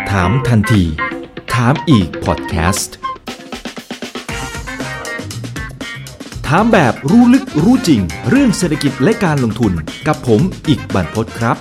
ถามทันทีถามอีกพอดแคสต์ถามแบบรู้ลึกรู้จริงเรื่องเศรษฐกิจและการลงทุนกับผมอีกบรรพตครับ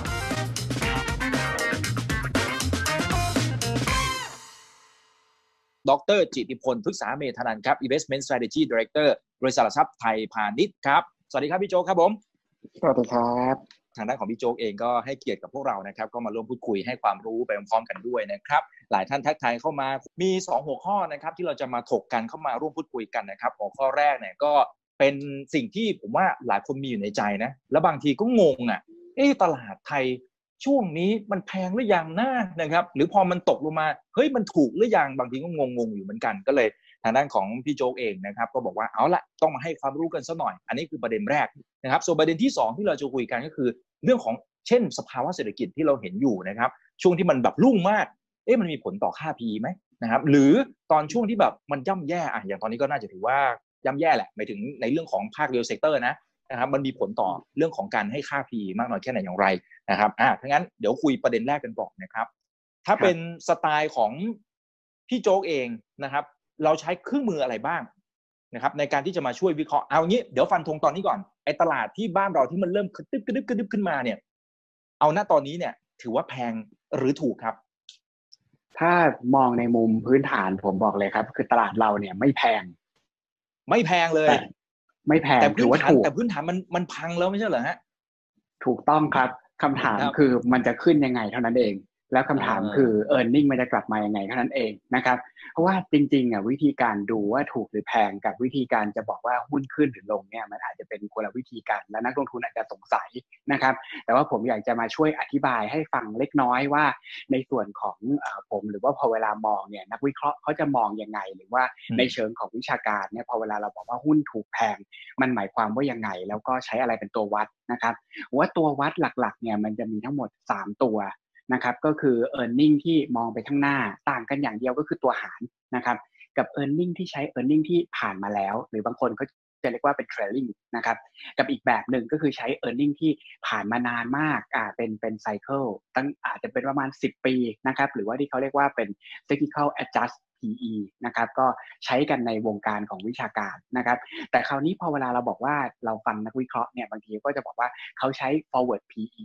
ดร.จิติพล พฤกษาเมธานันท์ครับ Investment Strategy Director บริษัทหลักทรัพย์ไทยพาณิชย์ครับสวัสดีครับพี่โจ๊กครับผมสวัสดีครับทางด้านของพี่โจ๊กเองก็ให้เกียรติกับพวกเรานะครับก็มาร่วมพูดคุยให้ความรู้ไปพร้อมๆกันด้วยนะครับหลายท่านทักทายเข้ามามี2หัวข้อนะครับที่เราจะมาถกกันเข้ามาร่วมพูดคุยกันนะครับหัวข้อแรกเนี่ยก็เป็นสิ่งที่ผมว่าหลายคนมีอยู่ในใจนะแล้วบางทีก็งงตลาดไทยช่วงนี้มันแพงหรือยังนะครับหรือพอมันตกลงมาเฮ้ยมันถูกหรือยังบางทีก็งงอยู่เหมือนกันก็เลยทางด้านของพี่โจ๊กเองนะครับก็บอกว่าเอาละต้องมาให้ความรู้กันซะหน่อยอันนี้คือประเด็นแรกนะครับส่วนประเด็นที่2ที่เราจะคุยกันก็คือเรื่องของเช่นสภาวะเศรษฐกิจที่เราเห็นอยู่นะครับช่วงที่มันแบบรุ่งมากมันมีผลต่อค่า PE ไหมนะครับหรือตอนช่วงที่แบบมันย่ำแย่อย่างตอนนี้ก็น่าจะถือว่าย่ำแย่แหละหมายถึงในเรื่องของภาค real sector นะครับมันมีผลต่อเรื่องของการให้ค่า PE มากน้อยแค่ไหนอย่างไรนะครับถ้างั้นเดี๋ยวคุยประเด็นแรกกันก่อนนะครับถ้าเป็นสไตล์ของพี่โจ๊กเองนะครับเราใช้เครื่องมืออะไรบ้างนะครับในการที่จะมาช่วยวิเคราะห์เอางี้เดี๋ยวฟันธงตอนนี้ก่อนไอ้ตลาดที่บ้านเราที่มันเริ่มกระดึบขึ้นมาเนี่ยเอาณตอนนี้เนี่ยถือว่าแพงหรือถูกครับถ้ามองในมุมพื้นฐานผมบอกเลยครับคือตลาดเราเนี่ยไม่แพงเลยไม่แพงแต่พื้นฐานมันพังแล้วไม่ใช่เหรอฮะถูกต้องครับคำถามคือมันจะขึ้นยังไงเท่านั้นเองแล้วคำถามคือ earning มันจะกลับมายังไงเท่านั้นเองนะครับเพราะว่าจริงๆวิธีการดูว่าถูกหรือแพงกับวิธีการจะบอกว่าหุ้นขึ้นหรือลงเนี่ยมันอาจจะเป็นคนละวิธีกันและนักลงทุนอาจจะสงสัยนะครับแต่ว่าผมอยากจะมาช่วยอธิบายให้ฟังเล็กน้อยว่าในส่วนของผมหรือว่าพอเวลามองเนี่ยนักวิเคราะห์เขาจะมองยังไงหรือว่าในเชิงของวิชาการเนี่ยพอเวลาเราบอกว่าหุ้นถูกแพงมันหมายความว่ายังไงแล้วก็ใช้อะไรเป็นตัววัดนะครับว่าตัววัดหลักๆเนี่ยมันจะมีทั้งหมด3ตัวนะครับก็คือ earning ที่มองไปข้างหน้าต่างกันอย่างเดียวก็คือตัวหารนะครับกับ earning ที่ใช้ earning ที่ผ่านมาแล้วหรือบางคนก็จะเรียกว่าเป็น trailing นะครับกับอีกแบบหนึ่งก็คือใช้ earning ที่ผ่านมานานมากเป็น cycle ตั้งอาจจะเป็นประมาณ10ปีนะครับหรือว่าที่เขาเรียกว่าเป็น cyclical adjust PE นะครับก็ใช้กันในวงการของวิชาการนะครับแต่คราวนี้พอเวลาเราบอกว่าเราฟังนักวิเคราะห์เนี่ยบางทีก็จะบอกว่าเขาใช้ forward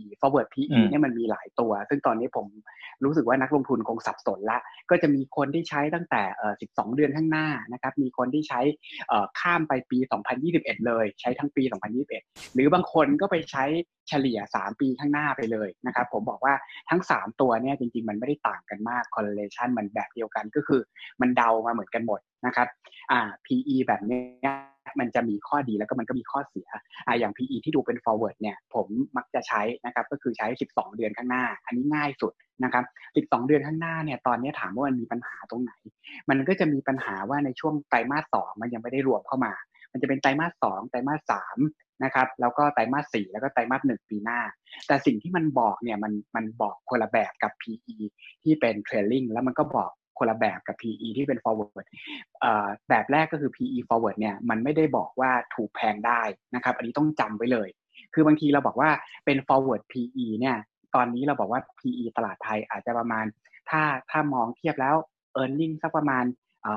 PE เนี่ยมันมีหลายตัวซึ่งตอนนี้ผมรู้สึกว่านักลงทุนคงสับสนละก็จะมีคนที่ใช้ตั้งแต่12 เดือนข้างหน้านะครับมีคนที่ใช้ข้ามไปปี2021เลยใช้ทั้งปี2021หรือบางคนก็ไปใช้เฉลี่ย3ปีข้างหน้าไปเลยนะครับผมบอกว่าทั้ง3ตัวเนี่ยจริงๆมันไม่ได้ต่างกันมาก correlation มันแบบเดียวกันก็คือมันเดามาเหมือนกันหมดนะครับPE แบบนี้มันจะมีข้อดีแล้วก็มันก็มีข้อเสียอย่าง PE ที่ดูเป็น forward เนี่ยผมมักจะใช้นะครับก็คือใช้12 เดือนข้างหน้าอันนี้ง่ายสุดนะครับ12 เดือนข้างหน้าเนี่ยตอนนี้ถามว่ามันมีปัญหาตรงไหนมันก็จะมีปัญหาว่าในช่วงไตรมาส2มันยังไม่ได้รวมเข้ามามันจะเป็นไตรมาส2ไตรมาส3นะครับแล้วก็ไตรมาส4แล้วก็ไตรมาส1ปีหน้าแต่สิ่งที่มันบอกเนี่ยมันบอกคนละแบบกับ PE ที่เป็น trailing แล้วมันก็บอกคนละแบบกับ PE ที่เป็น forward แบบแรกก็คือ PE forward เนี่ยมันไม่ได้บอกว่าถูกแพงได้นะครับอันนี้ต้องจำไว้เลยคือบางทีเราบอกว่าเป็น forward PE เนี่ยตอนนี้เราบอกว่า PE ตลาดไทยอาจจะประมาณถ้ามองเทียบแล้ว earning สักประมาณ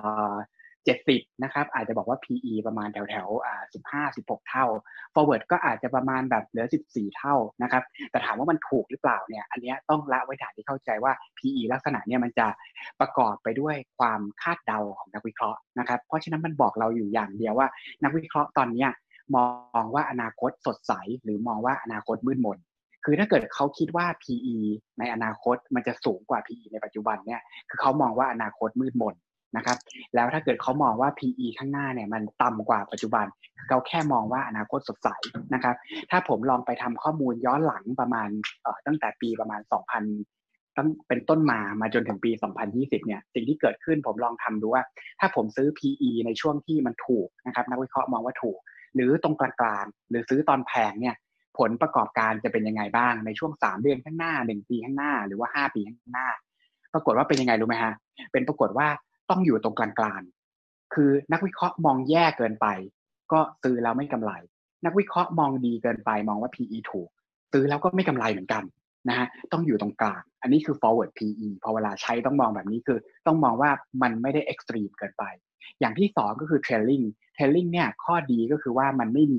70นะครับอาจจะบอกว่า PE ประมาณแถว15-16 เท่า forward ก็อาจจะประมาณแบบเหลือ14 เท่านะครับแต่ถามว่ามันถูกหรือเปล่าเนี่ยอันนี้ต้องละไว้ฐานที่เข้าใจว่า PE ลักษณะเนี่ยมันจะประกอบไปด้วยความคาดเดาของนักวิเคราะห์นะครับเพราะฉะนั้นมันบอกเราอยู่อย่างเดียวว่านักวิเคราะห์ตอนนี้มองว่าอนาคตสดใสหรือมองว่าอนาคตมืดมนคือถ้าเกิดเขาคิดว่า PE ในอนาคตมันจะสูงกว่า PE ในปัจจุบันเนี่ยคือเขามองว่าอนาคตมืดมนนะครับแล้วถ้าเกิดเขามองว่า PE ข้างหน้าเนี่ยมันต่ำกว่าปัจจุบันเขาแค่มองว่าอนาคตสดใสนะครับถ้าผมลองไปทำข้อมูลย้อนหลังประมาณตั้งแต่ปีประมาณ2000ตั้งเป็นต้นมาจนถึงปี2020เนี่ยสิ่งที่เกิดขึ้นผมลองทำดูว่าถ้าผมซื้อ PE ในช่วงที่มันถูกนะครับนักวิเคราะห์มองว่าถูกหรือตรงกลางๆหรือซื้อตอนแพงเนี่ยผลประกอบการจะเป็นยังไงบ้างในช่วง3 เดือนข้างหน้า1 ปีข้างหน้าหรือว่า5 ปีข้างหน้าปรากฏว่าเป็นยังไงรู้ไหมฮะเป็นปรากฏว่าต้องอยู่ตรงกลางๆคือนักวิเคราะห์มองแย่เกินไปก็ซื้อแล้วไม่กำไรนักวิเคราะห์มองดีเกินไปมองว่า PE ถูกซื้อแล้วก็ไม่กำไรเหมือนกันนะฮะต้องอยู่ตรงกลางอันนี้คือ forward PE พอเวลาใช้ต้องมองแบบนี้คือต้องมองว่ามันไม่ได้ extreme เกินไปอย่างที่สองก็คือ trailing เนี่ยข้อดีก็คือว่ามันไม่มี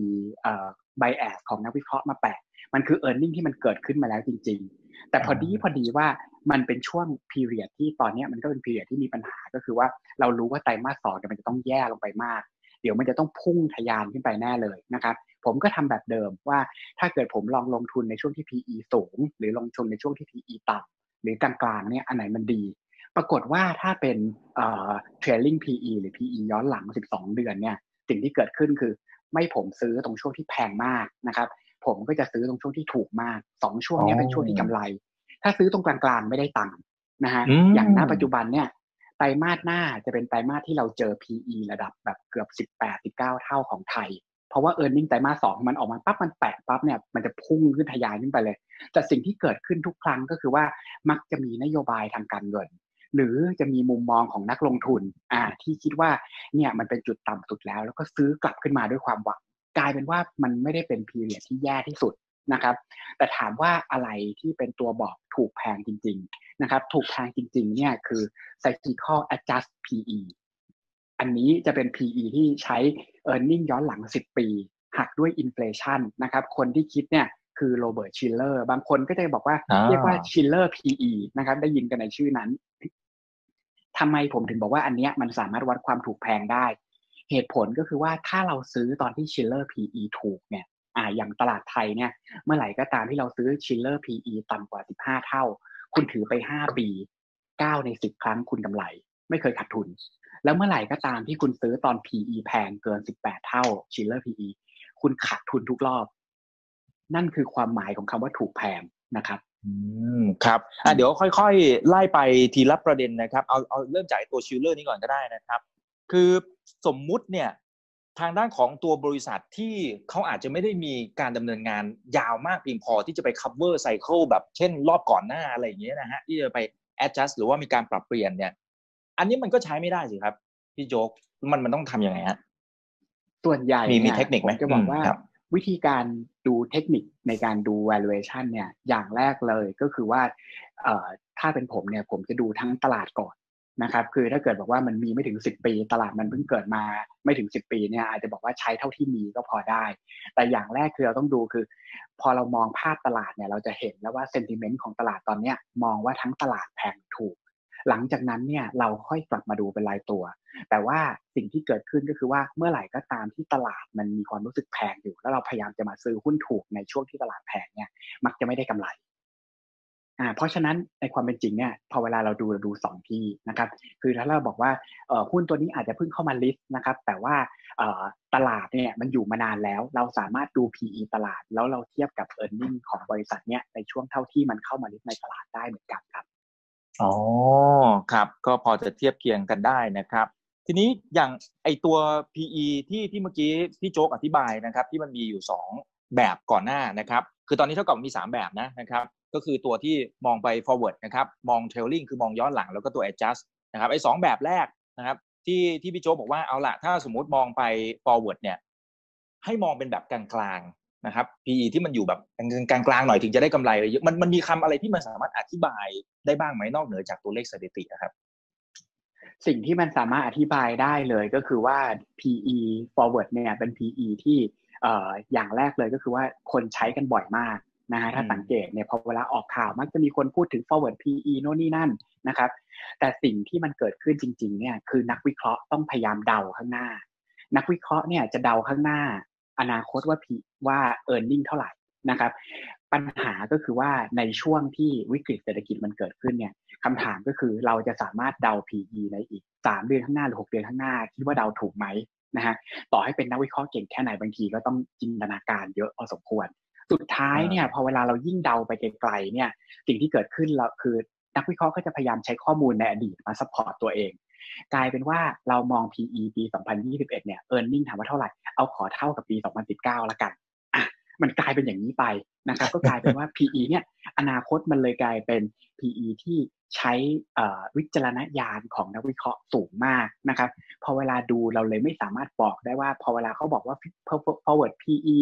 bias ของนักวิเคราะห์มาแปะมันคือ earning ที่มันเกิดขึ้นมาแล้วจริงๆแต่พอดีว่ามันเป็นช่วง period ที่ตอนนี้มันก็เป็น period ที่มีปัญหาก็คือว่าเรารู้ว่าไตรมาส 2เนี่ยมันจะต้องแย่ลงไปมากเดี๋ยวมันจะต้องพุ่งทะยานขึ้นไปแน่เลยนะครับผมก็ทำแบบเดิมว่าถ้าเกิดผมลองลงทุนในช่วงที่ PE สูงหรือลงทุนในช่วงที่ PE ต่ำหรือกลางๆเนี่ยอันไหนมันดีปรากฏว่าถ้าเป็นtrailing PE หรือ PE ย้อนหลัง12เดือนเนี่ยสิ่งที่เกิดขึ้นคือไม่ผมซื้อตรงช่วงที่แพงมากนะครับผมก็จะซื้อตรงช่วงที่ถูกมาก2ช่วงนี้เป็นช่วงที่กำไรถ้าซื้อตรงกลางๆไม่ได้ตังค์นะฮะอย่างณปัจจุบันเนี่ยไตรมาสหน้าจะเป็นไตรมาสที่เราเจอ PE ระดับแบบเกือบ18-19เท่าของไทยเพราะว่า earning ไตรมาส 2มันออกมาปั๊บมันแปะปั๊บเนี่ยมันจะพุ่งขึ้นทะยานขึ้นไปเลยแต่สิ่งที่เกิดขึ้นทุกครั้งก็คือว่ามักจะมีนโยบายทางการเงินหรือจะมีมุมมองของนักลงทุนที่คิดว่าเนี่ยมันเป็นจุดต่ำสุดแล้วก็ซื้อกลับขึ้นมาด้วยความหวังกลายเป็นว่ามันไม่ได้เป็น period ที่แย่ที่สุดนะครับแต่ถามว่าอะไรที่เป็นตัวบอกถูกแพงจริงๆนะครับถูกแพงจริงๆเนี่ยคือ cyclical adjust PE อันนี้จะเป็น PE ที่ใช้ earning ย้อนหลัง10ปีหักด้วย inflation นะครับคนที่คิดเนี่ยคือโรเบิร์ตชิลเลอร์บางคนก็จะบอกว่าเรียกว่าชิลเลอร์ PE นะครับได้ยินกันในชื่อนั้นทำไมผมถึงบอกว่าอันเนี้ยมันสามารถวัดความถูกแพงได้เหตุผลก็คือว่าถ้าเราซื้อตอนที่ชิลเลอร์ PE ถูกเนี่ยอย่างตลาดไทยเนี่ยเมื่อไหร่ก็ตามที่เราซื้อชิลเลอร์ PE ต่ำกว่า15เท่าคุณถือไป5ปี9ใน10ครั้งคุณกำไรไม่เคยขาดทุนแล้วเมื่อไหร่ก็ตามที่คุณซื้อตอน PE แพงเกิน18เท่าชิลเลอร์ PE คุณขาดทุนทุกรอบนั่นคือความหมายของคำว่าถูกแพงนะครับครับเดี๋ยวค่อยๆไล่ไปทีละประเด็นนะครับเอาเริ่มจากตัวชิลเลอร์นี้ก่อนก็ได้นะครับคือสมมุติเนี่ยทางด้านของตัวบริษัทที่เขาอาจจะไม่ได้มีการดำเนินงานยาวมากเพียงพอที่จะไป cover cycle แบบเช่นรอบก่อนหน้าอะไรอย่างเงี้ยนะฮะที่จะไป adjust หรือว่ามีการปรับเปลี่ยนเนี่ยอันนี้มันก็ใช้ไม่ได้สิครับพี่โจ๊กมันต้องทำยังไงฮะส่วนใหญ่มีเทคนิคไหมจะบอกว่าวิธีการดูเทคนิคในการดู valuation เนี่ยอย่างแรกเลยก็คือว่าถ้าเป็นผมเนี่ยผมจะดูทั้งตลาดก่อนนะครับคือถ้าเกิดบอกว่ามันมีไม่ถึง10ปีตลาดมันเพิ่งเกิดมาไม่ถึง10ปีเนี่ยอาจจะบอกว่าใช้เท่าที่มีก็พอได้แต่อย่างแรกคือเราต้องดูคือพอเรามองภาพตลาดเนี่ยเราจะเห็นแล้วว่า sentiment ของตลาดตอนเนี้ยมองว่าทั้งตลาดแพงถูกหลังจากนั้นเนี่ยเราค่อยกลับมาดูเป็นรายตัวแต่ว่าสิ่งที่เกิดขึ้นก็คือว่าเมื่อไหร่ก็ตามที่ตลาดมันมีความรู้สึกแพงอยู่แล้วเราพยายามจะมาซื้อหุ้นถูกในช่วงที่ตลาดแพงเนี่ยมักจะไม่ได้กำไรเพราะฉะนั้นในความเป็นจริงเนี่ยพอเวลาเราดู2ที่นะครับคือถ้าเราบอกว่าหุ้นตัวนี้อาจจะเพิ่งเข้ามาลิสต์นะครับแต่ว่าตลาดเนี่ยมันอยู่มานานแล้วเราสามารถดู PE ตลาดแล้วเราเทียบกับ earning ของบริษัทเนี่ยในช่วงเท่าที่มันเข้ามาลิสต์ในตลาดได้เหมือนกันครับอ๋อครับก็พอจะเทียบเคียงกันได้นะครับทีนี้อย่างไอตัว PE ที่เมื่อกี้พี่โจ๊กอธิบายนะครับที่มันมีอยู่2แบบก่อนหน้านะครับคือตอนนี้เท่ากับมี3แบบนะครับก็คือตัวที่มองไป forward นะครับมอง trailing คือมองย้อนหลังแล้วก็ตัว adjust นะครับไอ้2แบบแรกนะครับที่พี่โจ๊กบอกว่าเอาล่ะถ้าสมมุติมองไป forward เนี่ยให้มองเป็นแบบกลางๆนะครับ PE ที่มันอยู่แบบกลางๆหน่อยถึงจะได้กำไรเยอะมันมีคำอะไรที่มันสามารถอธิบายได้บ้างไหมนอกเหนือจากตัวเลขสถิตินะครับสิ่งที่มันสามารถอธิบายได้เลยก็คือว่า PE forward เนี่ยเป็น PE ที่อย่างแรกเลยก็คือว่าคนใช้กันบ่อยมากนะฮะถ้าสังเกตเนี่ยพอเวลาออกข่าวมักจะมีคนพูดถึง forward PE โน่นนี่นั่นนะครับแต่สิ่งที่มันเกิดขึ้นจริงๆเนี่ยคือนักวิเคราะห์ต้องพยายามเดาข้างหน้านักวิเคราะห์เนี่ยจะเดาข้างหน้าอนาคตว่า earning เท่าไหร่นะครับปัญหาก็คือว่าในช่วงที่วิกฤตเศรษฐกิจมันเกิดขึ้นเนี่ยคำถามก็คือเราจะสามารถเดา PE ในอีก3เดือนข้างหน้าหรือ6เดือนข้างหน้าคิดว่าเดาถูกไหมนะฮะต่อให้เป็นนักวิเคราะห์เก่งแค่ไหนบางทีก็ต้องจินตนาการเยอะพอสมควรสุดท้ายเนี่ยพอเวลาเรายิ่งเดาไปไกลๆเนี่ยสิ่งที่เกิดขึ้นเราคือนักวิเคราะห์ก็จะพยายามใช้ข้อมูลในอดีตมาซัพพอร์ตตัวเองกลายเป็นว่าเรามอง PE ปี 2021 เนี่ย earning ถามว่าเท่าไหร่เอาขอเท่ากับปี 2019 ละกันมันกลายเป็นอย่างนี้ไปนะครับก็กลายเป็นว่า PE เนี่ยอนาคตมันเลยกลายเป็น PE ที่ใช้วิจารณญาณของนักวิเคราะห์สูงมากนะครับพอเวลาดูเราเลยไม่สามารถบอกได้ว่าพอเวลาเขาบอกว่า forward PE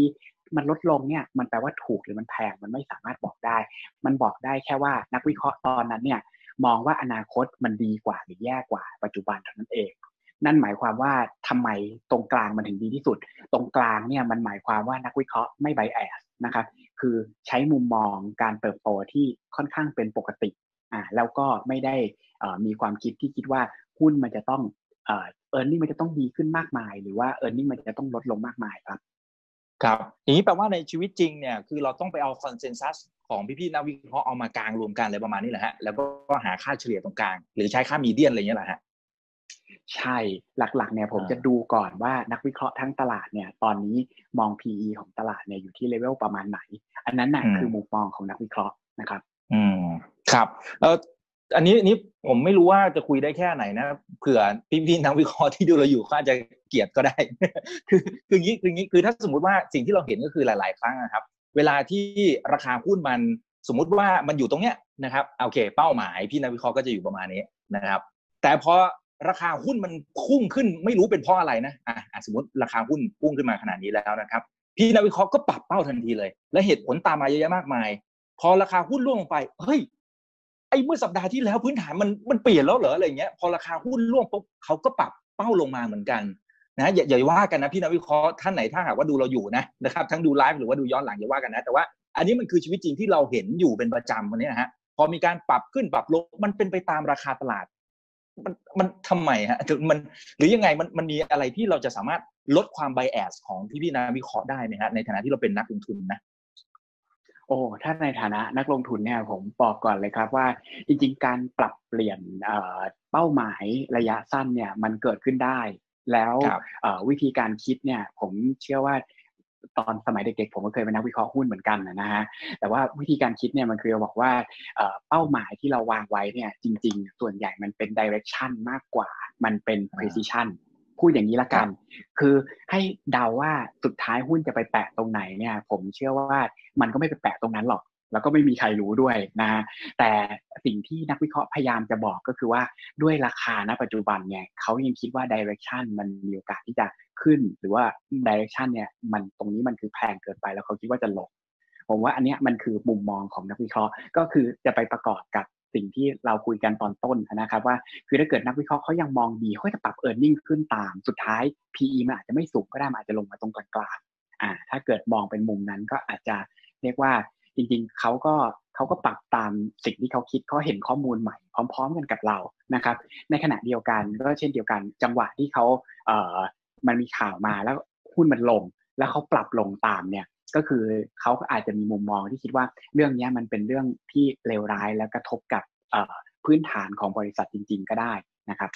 มันลดลงเนี่ยมันแปลว่าถูกหรือมันแพงมันไม่สามารถบอกได้มันบอกได้แค่ว่านักวิเคราะห์ตอนนั้นเนี่ยมองว่าอนาคตมันดีกว่าหรือแย่กว่าปัจจุบันเท่านั้นเองนั่นหมายความว่าทำไมตรงกลางมันถึงดีที่สุดตรงกลางเนี่ยมันหมายความว่านักวิเคราะห์ไม่ไบแอสนะครับคือใช้มุมมองการเติบโตที่ค่อนข้างเป็นปกติแล้วก็ไม่ได้มีความคิดที่คิดว่าหุ้นมันจะต้องearning มันจะต้องดีขึ้นมากมายหรือว่า earning มันจะต้องลดลงมากมายครับครับอย่างนี้แปลว่าในชีวิตจริงเนี่ยคือเราต้องไปเอาคอนเซนแซสของพี่ๆนักวิเคราะห์เอามากางรวมกันอะไรประมาณนี้แหละฮะแล้วก็หาค่าเฉลี่ยตรงกลางหรือใช้ค่ามีเดียนอะไรอย่างเงี้ยแหละฮะใช่หลักๆเนี่ยผมจะดูก่อนว่านักวิเคราะห์ทั้งตลาดเนี่ยตอนนี้มอง PE ของตลาดเนี่ยอยู่ที่เลเวลประมาณไหนอันนั้นน่ะคือมุมมองของนักวิเคราะห์นะครับครับอันนี้ผมไม่รู้ว่าจะคุยได้แค่ไหนนะเผื่อพี่นักวิเคราะห์ที่ดูเราอยู่เขาอาจจะเกลียดก็ได้ คืออย่างนี้คือถ้าสมมุติว่าสิ่งที่เราเห็นก็คือหลายๆครั้งนะครับเวลาที่ราคาหุ้นมันสมมุติว่ามันอยู่ตรงเนี้ยนะครับโอเคเป้าหมายพี่นักวิเคราะห์ก็จะอยู่ประมาณนี้นะครับแต่พอราคาหุ้นมันพุ่งขึ้นไม่รู้เป็นเพราะอะไรนะสมมติราคาหุ้นพุ่งขึ้นมาขนาดนี้แล้วนะครับพี่นักวิเคราะห์ก็ปรับเป้าทันทีเลยและเหตุผลตามมาเยอะแยะมากมายพอราคาหุ้นร่วงลงไปเฮ้ยไอ้เมื่อสัปดาห์ที่แล้วพื้นฐานมันเปลี่ยนแล้วเหรออะไรเงี้ยพอราคาหุ้นร่วงปุ๊บเขาก็ปรับเป้าลงมาเหมือนกันนะอย่าว่ากันนะพี่นักวิเคราะห์ท่านไหนถ้าหากว่าดูเราอยู่นะครับทั้งดูไลฟ์หรือว่าดูย้อนหลังอย่าว่ากันนะแต่ว่าอันนี้มันคือชีวิตจริงที่เราเห็นอยู่เป็นประจำวันนี้นะฮะพอมีการปรับขึ้นปรับลงมันเป็นไปตามราคาตลาดมันทำไมฮะมันหรือยังไงมันมีอะไรที่เราจะสามารถลดความไบแอสของพี่นักวิเคราะห์ได้ไหมฮะในฐานะที่เราเป็นนักลงทุนนะโอ้ถ้าในฐานะนักลงทุนเนี่ยผมบอกก่อนเลยครับว่าจริงๆการปรับเปลี่ยนเป้าหมายระยะสั้นเนี่ยมันเกิดขึ้นได้แล้ววิธีการคิดเนี่ยผมเชื่อว่าตอนสมัยเด็กๆผมก็เคยเป็นนักวิเคราะห์หุ้นเหมือนกันนะฮะแต่ว่าวิธีการคิดเนี่ยมันคือบอกว่าเป้าหมายที่เราวางไว้เนี่ยจริงๆส่วนใหญ่มันเป็น direction มากกว่ามันเป็น precision พูดอย่างนี้ละกันคือให้เดาว่าสุดท้ายหุ้นจะไปแปะตรงไหนเนี่ยผมเชื่อว่ามันก็ไม่ไปแปะตรงนั้นหรอกแล้วก็ไม่มีใครรู้ด้วยนะแต่สิ่งที่นักวิเคราะห์พยายามจะบอกก็คือว่าด้วยราคาณปัจจุบันเนี่ยเขายังคิดว่า direction มันมีโอกาสที่จะขึ้นหรือว่า direction เนี่ยมันตรงนี้มันคือแพงเกินไปแล้วเขาคิดว่าจะลงผมว่าอันนี้มันคือมุมมองของนักวิเคราะห์ก็คือจะไปประกอบกับสิ่งที่เราคุยกันตอนต้นนะครับว่าคือถ้าเกิดนักวิเคราะห์เขายังมองดีเขาจะปรับ earning ขึ้นตามสุดท้าย PE มันอาจจะไม่สูงก็ได้มันอาจจะลงมาตรงกลางๆถ้าเกิดมองเป็นมุมนั้นก็อาจจะเรียกว่าจริงๆเขาก็ปรับตามสิ่งที่เขาคิดเขาเห็นข้อมูลใหม่พร้อมๆกันกับเรานะครับในขณะเดียวกันก็เช่นเดียวกันจังหวะที่เขามันมีข่าวมาแล้วหุ้นมันลงแล้วเขาปรับลงตามเนี่ยก็คือเขาอาจจะมีมุมมองที่คิดว่าเรื่องนี้มันเป็นเรื่องที่เลวร้ายและกระทบกับพื้นฐานของบริษัทจริงๆก็ได้นะครับ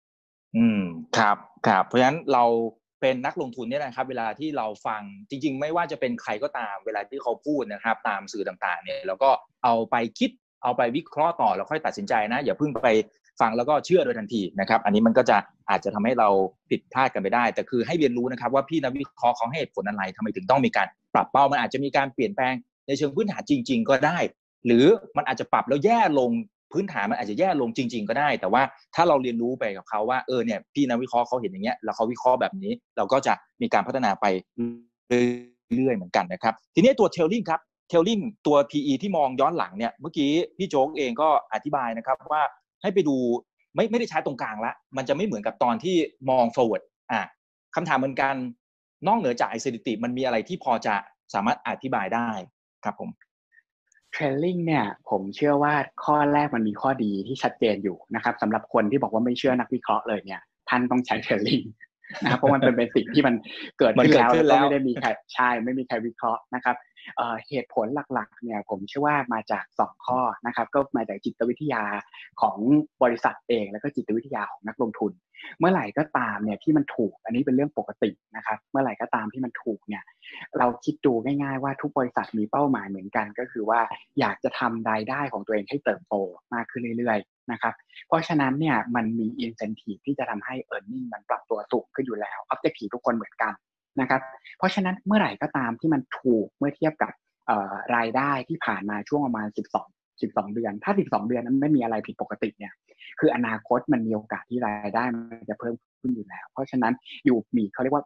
ครับเพราะฉะนั้นเราเป็นนักลงทุนเนี่ยนะครับเวลาที่เราฟังจริงๆไม่ว่าจะเป็นใครก็ตามเวลาที่เขาพูดนะครับตามสื่อต่างๆเนี่ยเราก็เอาไปคิดเอาไปวิเคราะห์ต่อแล้วค่อยตัดสินใจนะอย่าเพิ่งไปฟังแล้วก็เชื่อโดยทันทีนะครับอันนี้มันก็จะอาจจะทำให้เราผิดพลาดกันไปได้แต่คือให้เรียนรู้นะครับว่าพี่นักวิเคราะห์เขาให้เหตุผลอะไรทำไมถึงต้องมีการปรับเป้ามันอาจจะมีการเปลี่ยนแปลงในเชิงพื้นฐานจริงๆก็ได้หรือมันอาจจะปรับแล้วแย่ลงพื้นฐานมันอาจจะแย่ลงจริงๆก็ได้แต่ว่าถ้าเราเรียนรู้ไปกับเขาว่าเนี่ยพี่นักวิเคราะห์เขาเห็นอย่างเงี้ยแล้วเขาวิเคราะห์แบบนี้เราก็จะมีการพัฒนาไปเรื่อยๆเหมือนกันนะครับทีนี้ตัวเทลลิงครับเทลลิงตัว PE ที่มองย้อนหลังเนี่ยเมื่อกี้พี่โจ๊กเองก็อธิบายนะครับว่าให้ไปดูไม่ได้ใช้ตรงกลางละมันจะไม่เหมือนกับตอนที่มอง forward คำถามเหมือนกันนอกเหนือจากไอ้สถิติมันมีอะไรที่พอจะสามารถอธิบายได้ครับผมเทรลลิ่งเนี่ยผมเชื่อว่าข้อแรกมันมีข้อดีที่ชัดเจนอยู่นะครับสำหรับคนที่บอกว่าไม่เชื่อนักวิเคราะห์เลยเนี่ยท่านต้องใช้เทรลลิ่งนะครับเพราะมันเป็นสิ่งที่มันเกิดขึ้นแล้วแล้วก็ไม่ได้มีใครใช่ไม่มีใครวิเคราะห์นะครับเหตุผลหลักๆเนี่ยผมเชื่อว่ามาจาก2ข้อนะครับก็มาจากจิตวิทยาของบริษัทเองแล้วก็จิตวิทยาของนักลงทุนเมื่อไหร่ก็ตามเนี่ยที่มันถูกอันนี้เป็นเรื่องปกตินะครับเมื่อไหร่ก็ตามที่มันถูกเนี่ยเราคิดดูง่ายๆว่าทุกบริษัทมีเป้าหมายเหมือนกันก็คือว่าอยากจะทำรายได้ของตัวเองให้เติบโตมากขึ้นเรื่อยๆนะครับเพราะฉะนั้นเนี่ยมันมี incentive ที่จะทำให้ earning มันปรับตัวสูงขึ้นอยู่แล้ว objective ทุกคนเหมือนกันนะครับเพราะฉะนั้นเมื่อไหร่ก็ตามที่มันถูกเมื่อเทียบกับรายได้ที่ผ่านมาช่วงประมาณ12เดือนถ้า12เดือนนั้นไม่มีอะไรผิดปกติเนี่ยคืออนาคตมันมีโอกาสที่รายได้มันจะเพิ่มขึ้นอยู่แล้วเพราะฉะนั้นอยู่มีเขาเรียกว่า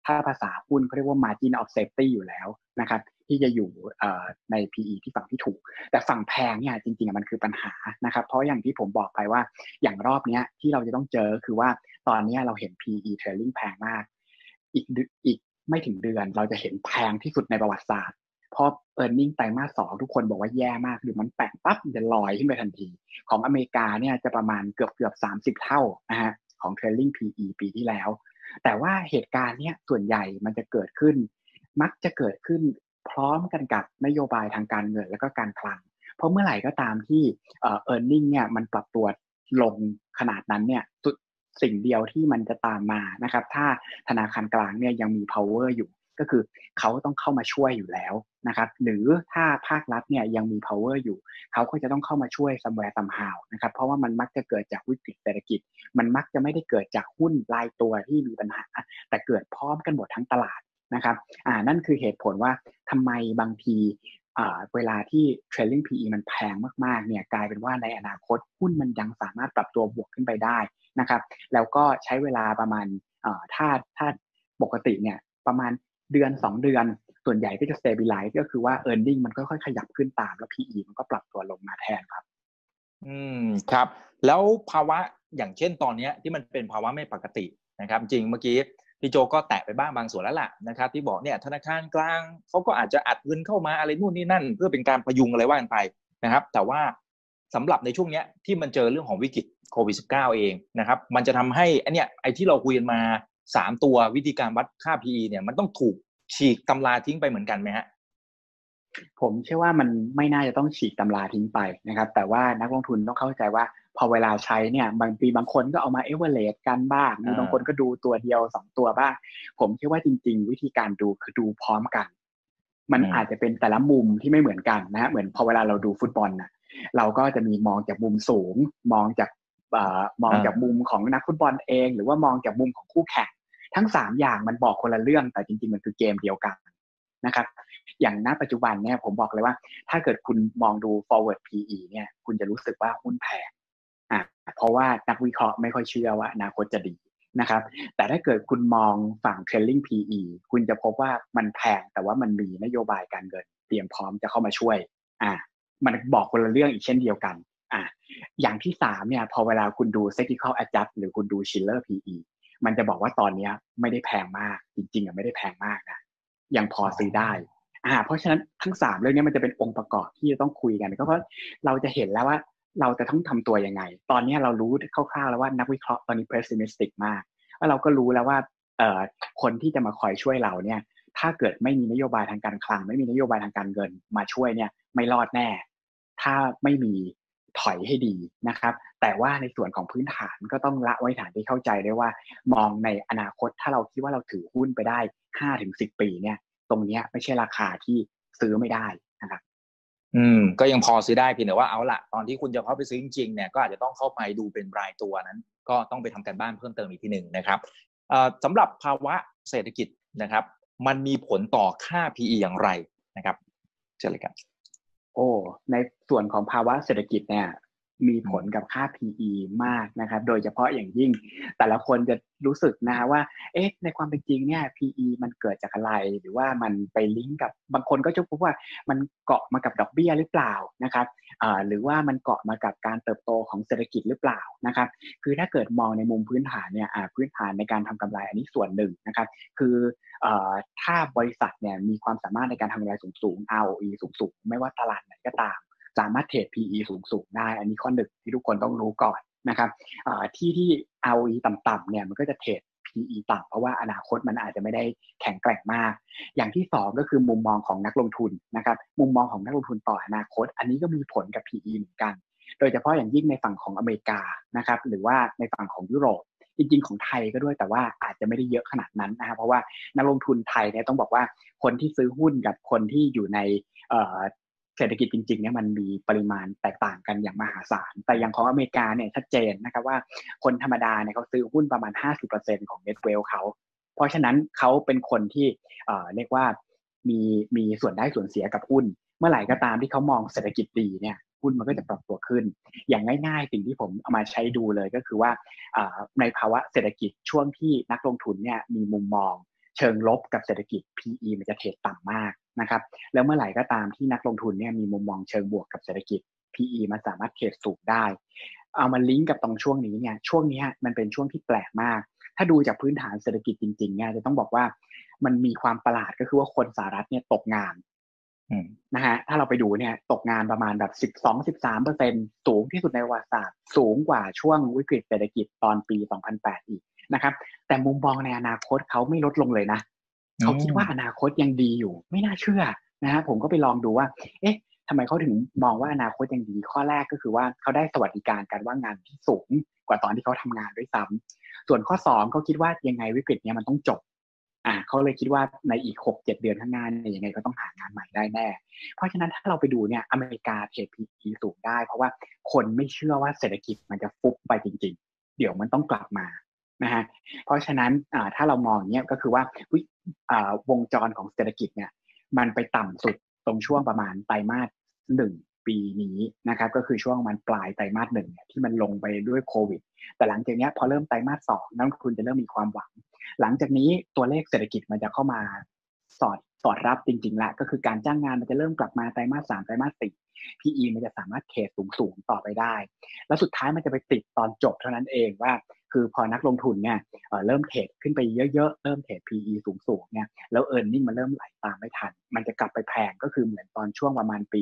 ถ้าภาษาหุ้นเขาเรียกว่า margin of safety อยู่แล้วนะครับที่จะอยู่ใน PE ที่ฝั่งที่ถูกแต่ฝั่งแพงเนี่ยจริงๆมันคือปัญหานะครับเพราะอย่างที่ผมบอกไปว่าอย่างรอบนี้ที่เราจะต้องเจอคือว่าตอนนี้เราเห็น PE trailing แพงมากอีกไม่ถึงเดือนเราจะเห็นแพงที่สุดในประวัติศาสตร์เพราะ earning ไตรมาส 2ทุกคนบอกว่าแย่มากหรือมันแปะปั๊บจะลอยขึ้นไปทันทีของอเมริกาเนี่ยจะประมาณเกือบ30เท่านะฮะของ trailing PE ปีที่แล้วแต่ว่าเหตุการณ์เนี้ยส่วนใหญ่มันจะเกิดขึ้นมักจะเกิดขึ้นพร้อมกันกับนโยบายทางการเงินและก็การคลังเพราะเมื่อไหร่ก็ตามที่earning เนี่ยมันปรับตัวลงขนาดนั้นเนี่ยสิ่งเดียวที่มันจะตามมานะครับถ้าธนาคารกลางเนี่ยยังมี power อยู่ก็คือเขาต้องเข้ามาช่วยอยู่แล้วนะครับหรือถ้าภาครัฐเนี่ยยังมี power อยู่เขาก็จะต้องเข้ามาช่วย somewhere somehow นะครับเพราะว่ามันมักจะเกิดจากวิกฤตเศรษฐกิจมันมักจะไม่ได้เกิดจากหุ้นรายตัวที่มีปัญหาแต่เกิดพร้อมกันหมดทั้งตลาดนะครับนั่นคือเหตุผลว่าทำไมบางทีเวลาที่ trailing PE มันแพงมากๆเนี่ยกลายเป็นว่าในอนาคตหุ้นมันยังสามารถปรับตัวบวกขึ้นไปได้นะครับแล้วก็ใช้เวลาประมาณถ้าปกติเนี่ยประมาณเดือน2เดือนส่วนใหญ่ก็จะ stabilize ก็คือว่า earning มันค่อยๆขยับขึ้นตามแล้ว PE มันก็ปรับตัวลงมาแทนครับครับแล้วภาวะอย่างเช่นตอนนี้ที่มันเป็นภาวะไม่ปกตินะครับจริงเมื่อกี้พี่โจก็แตะไปบ้างบางส่วนแล้วล่ะนะครับที่บอกเนี่ยธนาคารกลางเขาก็อาจจะอัดเงินเข้ามาอะไรนู่นนี่นั่นเพื่อเป็นการพยุงอะไรว่ากันไปนะครับแต่ว่าสำหรับในช่วงนี้ที่มันเจอเรื่องของวิกฤตโควิด -19 เองนะครับมันจะทำให้ไอ้ที่เราคุยกันมา3ตัววิธีการวัดค่า PE เนี่ยมันต้องถูกฉีกตำราทิ้งไปเหมือนกันไหมฮะผมเชื่อว่ามันไม่น่าจะต้องฉีกตำราทิ้งไปนะครับแต่ว่านักลงทุนต้องเข้าใจว่าพอเวลาใช้เนี่ยบางปีบางคนก็เอามาเอเวอเรสต์กันบ้างมีบางคนก็ดูตัวเดียว2ตัวบ้างผมเชื่อว่าจริงๆวิธีการดูคือดูพร้อมกันมันอาจจะเป็นแต่ละมุมที่ไม่เหมือนกันนะฮะเหมือนพอเวลาเราดูฟุตบอลนะเราก็จะมีมองจากมุมสูงมองจากมุมของนักฟุตบอลเองหรือว่ามองจากมุมของคู่แข่งทั้ง3อย่างมันบอกคนละเรื่องแต่จริงๆมันคือเกมเดียวกันนะครับอย่างณปัจจุบันเนี่ยผมบอกเลยว่าถ้าเกิดคุณมองดู forward PE เนี่ยคุณจะรู้สึกว่าหุ้นแพงเพราะว่านักวิเคราะห์ไม่ค่อยเชื่อว่าอนาคตจะดีนะครับแต่ถ้าเกิดคุณมองฝั่ง trailing PE คุณจะพบว่ามันแพงแต่ว่ามันมีนโยบายการเงินเตรียมพร้อมจะเข้ามาช่วยมันบอกคนละเรื่องอีกเช่นเดียวกันอย่างที่3เนี่ยพอเวลาคุณดู cyclical adjust หรือคุณดู Shiller PE มันจะบอกว่าตอนนี้ไม่ได้แพงมากจริงๆไม่ได้แพงมากนะยังพอซื้อได้เพราะฉะนั้นทั้ง3เรื่องนี้มันจะเป็นองค์ประกอบที่จะต้องคุยกันก็เพราะเราจะเห็นแล้วว่าเราจะต้องทำตัวยังไงตอนนี้เรารู้คร่าวๆแล้วว่านักวิเคราะห์ตอนนี้ pessimistic มากแล้วเราก็รู้แล้วว่าคนที่จะมาคอยช่วยเราเนี่ยถ้าเกิดไม่มีนโยบายทางการคลังไม่มีนโยบายทางการเงินมาช่วยเนี่ยไม่รอดแน่ถ้าไม่มีถอยให้ดีนะครับแต่ว่าในส่วนของพื้นฐานก็ต้องละไว้ฐานที่เข้าใจได้ว่ามองในอนาคตถ้าเราคิดว่าเราถือหุ้นไปได้ 5-10 ปีเนี่ยตรงนี้ไม่ใช่ราคาที่ซื้อไม่ได้นะครับก็ยังพอซื้อได้เพียงแต่ว่าเอาล่ะตอนที่คุณจะเข้าไปซื้อจริงๆเนี่ยก็อาจจะต้องเข้าไปดูเป็นรายตัวนั้นก็ต้องไปทำการบ้านเพิ่มเติมอีกทีหนึ่งนะครับสำหรับภาวะเศรษฐกิจนะครับมันมีผลต่อค่า PE อย่างไรนะครับเชิญเลยครับในส่วนของภาวะเศรษฐกิจเนี่ยมีผลกับค่า PE มากนะครับโดยเฉพาะอย่างยิ่งแต่ละคนจะรู้สึกนะว่าในความเป็นจริงเนี่ย PE มันเกิดจากอะไรหรือว่ามันไปลิงก์กับบางคนก็จะพบว่ามันเกาะมากับดอกเบี้ยหรือเปล่านะครับหรือว่ามันเกาะมากับการเติบโตของเศรษฐกิจหรือเปล่านะครับคือถ้าเกิดมองในมุมพื้นฐานเนี่ยพื้นฐานในการทำกำไรอันนี้ส่วนหนึ่งนะครับคือถ้าบริษัทเนี่ยมีความสามารถในการทำกำไรสูง ROE สูงไม่ว่าตลาดไหนก็ตามสามารถเทรด PE สูงได้อันนี้ข้อหนึ่งที่ทุกคนต้องรู้ก่อนนะครับที่ ROE ต่ำๆเนี่ยมันก็จะเทรด PE ต่ำเพราะว่าอนาคตมันอาจจะไม่ได้แข็งแกร่งมากอย่างที่สองก็คือมุมมองของนักลงทุนนะครับมุมมองของนักลงทุนต่ออนาคตอันนี้ก็มีผลกับ PE เหมือนกันโดยเฉพาะอย่างยิ่งในฝั่งของอเมริกานะครับหรือว่าในฝั่งของยุโรปจริงๆของไทยก็ด้วยแต่ว่าอาจจะไม่ได้เยอะขนาดนั้นนะครับเพราะว่านักลงทุนไทยเนี่ยต้องบอกว่าคนที่ซื้อหุ้นกับคนที่อยู่ในเศรษฐกิจจริงๆเนี่ยมันมีปริมาณแตกต่างกันอย่างมหาศาลแต่อย่างของอเมริกาเนี่ยชัดเจนนะครับว่าคนธรรมดาเนี่ยเขาซื้อหุ้นประมาณ 50% ของ Net Wealth เขาเพราะฉะนั้นเขาเป็นคนที่เรียกว่ามีส่วนได้ส่วนเสียกับหุ้นเมื่อไหร่ก็ตามที่เขามองเศรษฐกิจดีเนี่ยหุ้นมันก็จะปรับตัวขึ้นอย่างง่ายๆสิ่งที่ผมเอามาใช้ดูเลยก็คือว่าในภาวะเศรษฐกิจช่วงที่นักลงทุนเนี่ยมีมุมมองเชิงลบกับเศรษฐกิจ PE มันจะเทรดต่ำมากนะครับแล้วเมื่อไหร่ก็ตามที่นักลงทุนเนี่ยมีมุมมองเชิงบวกกับเศรษฐกิจ PE มันสามารถเทรดสูงได้เอามาลิงก์กับตรงช่วงนี้เนี่ยช่วงนี้มันเป็นช่วงที่แปลกมากถ้าดูจากพื้นฐานเศรษฐกิจจริงๆเนี่ยจะต้องบอกว่ามันมีความประหลาดก็คือว่าคนสหรัฐเนี่ยตกงานนะฮะถ้าเราไปดูเนี่ยตกงานประมาณแบบ12-13%สูงที่สุดในประวัติศาสตร์สูงกว่าช่วงวิกฤตเศรษฐกิจตอนปี2008อีกนะครับแต่มุมมองในอนาคตเขาไม่ลดลงเลยนะเขาคิดว่าอนาคตยังดีอยู่ไม่น่าเชื่อนะฮะผมก็ไปลองดูว่าเอ๊ะทำไมเขาถึงมองว่าอนาคตยังดีข้อแรกก็คือว่าเขาได้สวัสดิการการว่างงานที่สูงกว่าตอนที่เขาทำงานด้วยซ้ำส่วนข้อ2เขาคิดว่ายังไงวิกฤตนี้มันต้องจบเขาเลยคิดว่าในอีก 6-7 เดือนข้างหน้าเนี่ยยังไงก็ต้องหางานใหม่ได้แน่เพราะฉะนั้นถ้าเราไปดูเนี่ยอเมริกาเทรด PE สูงได้เพราะว่าคนไม่เชื่อว่าเศรษฐกิจมันจะฟุบไปจริงๆเดี๋ยวมันต้องกลับมานะฮะเพราะฉะนั้นถ้าเรามองอย่างเงี้ยก็คือว่าวงจรของเศรษฐกิจเนี่ยมันไปต่ำสุดตรงช่วงประมาณไตรมาส1ปีนี้นะครับก็คือช่วงมันปลายไตรมาส1เนี่ยที่มันลงไปด้วยโควิดแต่หลังจากนี้พอเริ่มไตรมาส2นักลงทุนจะเริ่มมีความหวังหลังจากนี้ตัวเลขเศรษฐกิจมันจะเข้ามาสอดรับจริงๆแล้วก็คือการจ้างงานมันจะเริ่มกลับมาไตรมาส3ไตรมาส4 PE มันจะสามารถเทรดสูงๆต่อไปได้แล้วสุดท้ายมันจะไปติดตอนจบเท่านั้นเองว่าคือพอนักลงทุนเนี่ยเริ่มเทรดขึ้นไปเยอะๆเริ่มเทรด PE สูงๆเนี่ยแล้ว earning มันเริ่มไหลตามไม่ทันมันจะกลับไปแพงก็คือเหมือนตอนช่วงประมาณปี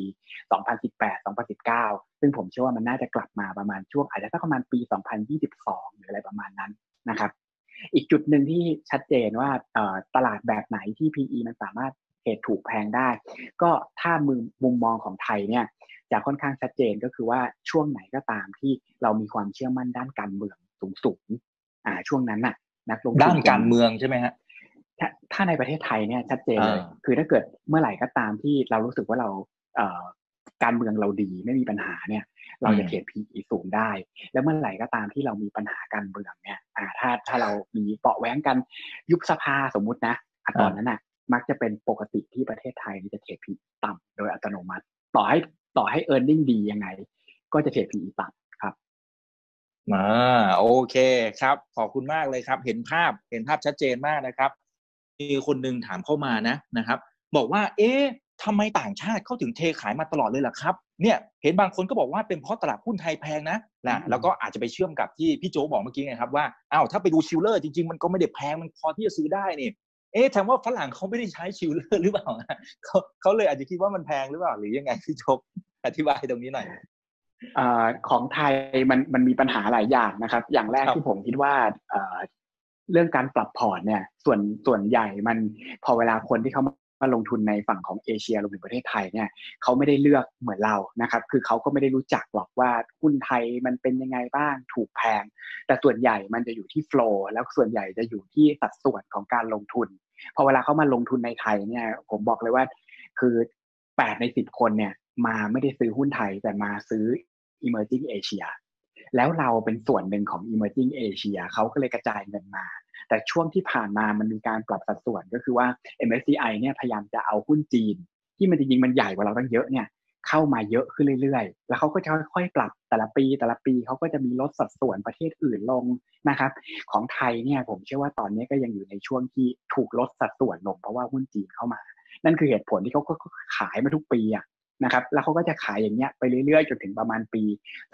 2018-2019ซึ่งผมเชื่อว่ามันน่าจะกลับมาประมาณช่วงอาจจะสักประมาณปี2022หรืออะไรประมาณนั้นนะครับอีกจุดหนึ่งที่ชัดเจนว่าตลาดแบบไหนที่ PE มันสามารถเทรดถูกแพงได้ก็ถ้ามุมมองของไทยเนี่ยจะค่อนข้างชัดเจนก็คือว่าช่วงไหนก็ตามที่เรามีความเชื่อมั่นด้านการเมืองสูงช่วงนั้นน่ะนักลงทุนด้านการเมืองใช่ไหมฮะถ้าในประเทศไทยเนี่ยชัดเจนเลยคือถ้าเกิดเมื่อไหร่ก็ตามที่เรารู้สึกว่าเราการเมืองเราดีไม่มีปัญหาเนี่ยเราจะเทรด PE สูงได้แล้วเมื่อไหร่ก็ตามที่เรามีปัญหาการเมืองเนี่ยถ้าเรามีเปาะแว้งกันยุบสภาสมมุตินะตอนนั้นน่ะมักจะเป็นปกติที่ประเทศไทยจะเทรด PE ต่ำโดยอัตโนมัติต่อให้ earning ดียังไงก็จะเทรด PE ต่ำครับโอเคครับขอบคุณมากเลยครับเห็นภาพชัดเจนมากนะครับมีคนนึงถามเข้ามานะครับบอกว่าทำไมต่างชาติเขาถึงเทขายมาตลอดเลยล่ะครับเนี่ยเห็นบางคนก็บอกว่าเป็นเพราะตลาดหุ้นไทยแพงนะแล้วก็อาจจะไปเชื่อมกับที่พี่โจบอกเมื่อกี้ไงครับว่าถ้าไปดูชิลเลอร์จริงๆมันก็ไม่ได้แพงมันพอที่จะซื้อได้นี่แทนว่าฝรั่งเขาไม่ได้ใช้ชิลเลอร์หรือเปล่าเขาเลยอาจจะคิดว่ามันแพงหรือเปล่าหรือยังไงพี่โจอธิบายตรงนี้หน่อยของไทยมันมีปัญหาหลายอย่างนะครับอย่างแรกที่ผมคิดว่าเรื่องการปรับพอร์ตเนี่ยส่วนใหญ่มันพอเวลาคนที่เขามาลงทุนในฝั่งของเอเชียรวมถึงประเทศไทยเนี่ยเขาไม่ได้เลือกเหมือนเรานะครับคือเขาก็ไม่ได้รู้จักหรอกว่าหุ้นไทยมันเป็นยังไงบ้างถูกแพงแต่ส่วนใหญ่มันจะอยู่ที่โฟลว์แล้วส่วนใหญ่จะอยู่ที่สัดส่วนของการลงทุนพอเวลาเขามาลงทุนในไทยเนี่ยผมบอกเลยว่าคือ8 ใน 10คนเนี่ยมาไม่ได้ซื้อหุ้นไทยแต่มาซื้อEmerging Asia แล้วเราเป็นส่วนหนึ่งของ Emerging Asia เขาก็เลยกระจายเงินมาแต่ช่วงที่ผ่านมามันมีการปรับสัดส่วนก็คือว่า MSCI เนี่ยพยายามจะเอาหุ้นจีนที่มันจริงๆมันใหญ่กว่าเราตั้งเยอะเนี่ยเข้ามาเยอะขึ้นเรื่อยๆแล้วเขาก็จะค่อยๆปรับแต่ละปีเขาก็จะมีลดสัดส่วนประเทศอื่นลงนะครับของไทยเนี่ยผมเชื่อว่าตอนนี้ก็ยังอยู่ในช่วงที่ถูกลดสัดส่วนลงเพราะว่าหุ้นจีนเข้ามานั่นคือเหตุผลที่เขาก็ขายมาทุกปีนะครับแล้วเขาก็จะขายอย่างเงี้ยไปเรื่อยๆจนถึงประมาณปี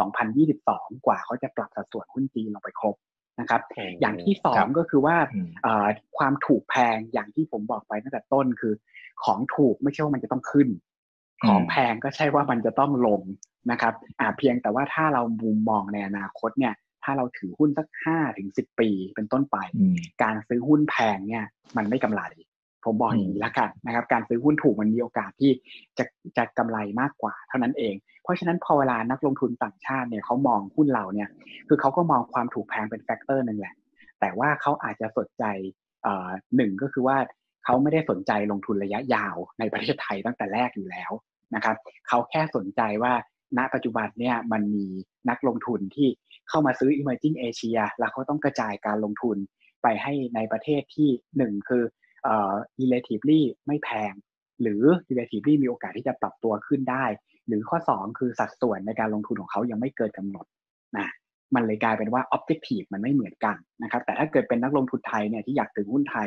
2022กว่าเขาจะปรับสัดส่วนหุ้นจีนลงไปครบนะครับอย่างที่2ก็คือว่าความถูกแพงอย่างที่ผมบอกไปตั้งแต่ต้นคือของถูกไม่ใช่ว่ามันจะต้องขึ้นของแพงก็ใช่ว่ามันจะต้องลงนะครับเพียงแต่ว่าถ้าเรามุมมองในอนาคตเนี่ยถ้าเราถือหุ้นสัก5-10 ปีเป็นต้นไปการซื้อหุ้นแพงเนี่ยมันไม่กำไรผมบอกอย่างนี้ละกันนะครับการซื้อหุ้นถูกมันมีโอกาสที่จะกำไรมากกว่าเท่านั้นเองเพราะฉะนั้นพอเวลานักลงทุนต่างชาติเนี่ยเขามองหุ้นเราเนี่ยคือเขาก็มองความถูกแพงเป็นแฟกเตอร์นึงแหละแต่ว่าเขาอาจจะสนใจหนึ่งก็คือว่าเขาไม่ได้สนใจลงทุนระยะยาวในประเทศไทยตั้งแต่แรกอยู่แล้วนะครับเขาแค่สนใจว่าณปัจจุบันเนี่ยมันมีนักลงทุนที่เข้ามาซื้อ Emerging Asia แล้วเขาต้องกระจายการลงทุนไปให้ในประเทศที่หนึ่งคือrelatively ไม่แพงหรือ relatively มีโอกาสที่จะปรับตัวขึ้นได้หรือข้อ2คือสัดส่วนในการลงทุนของเขายังไม่เกินกำหนดนะมันเลยกลายเป็นว่า objective มันไม่เหมือนกันนะครับแต่ถ้าเกิดเป็นนักลงทุนไทยเนี่ยที่อยากถือหุ้นไทย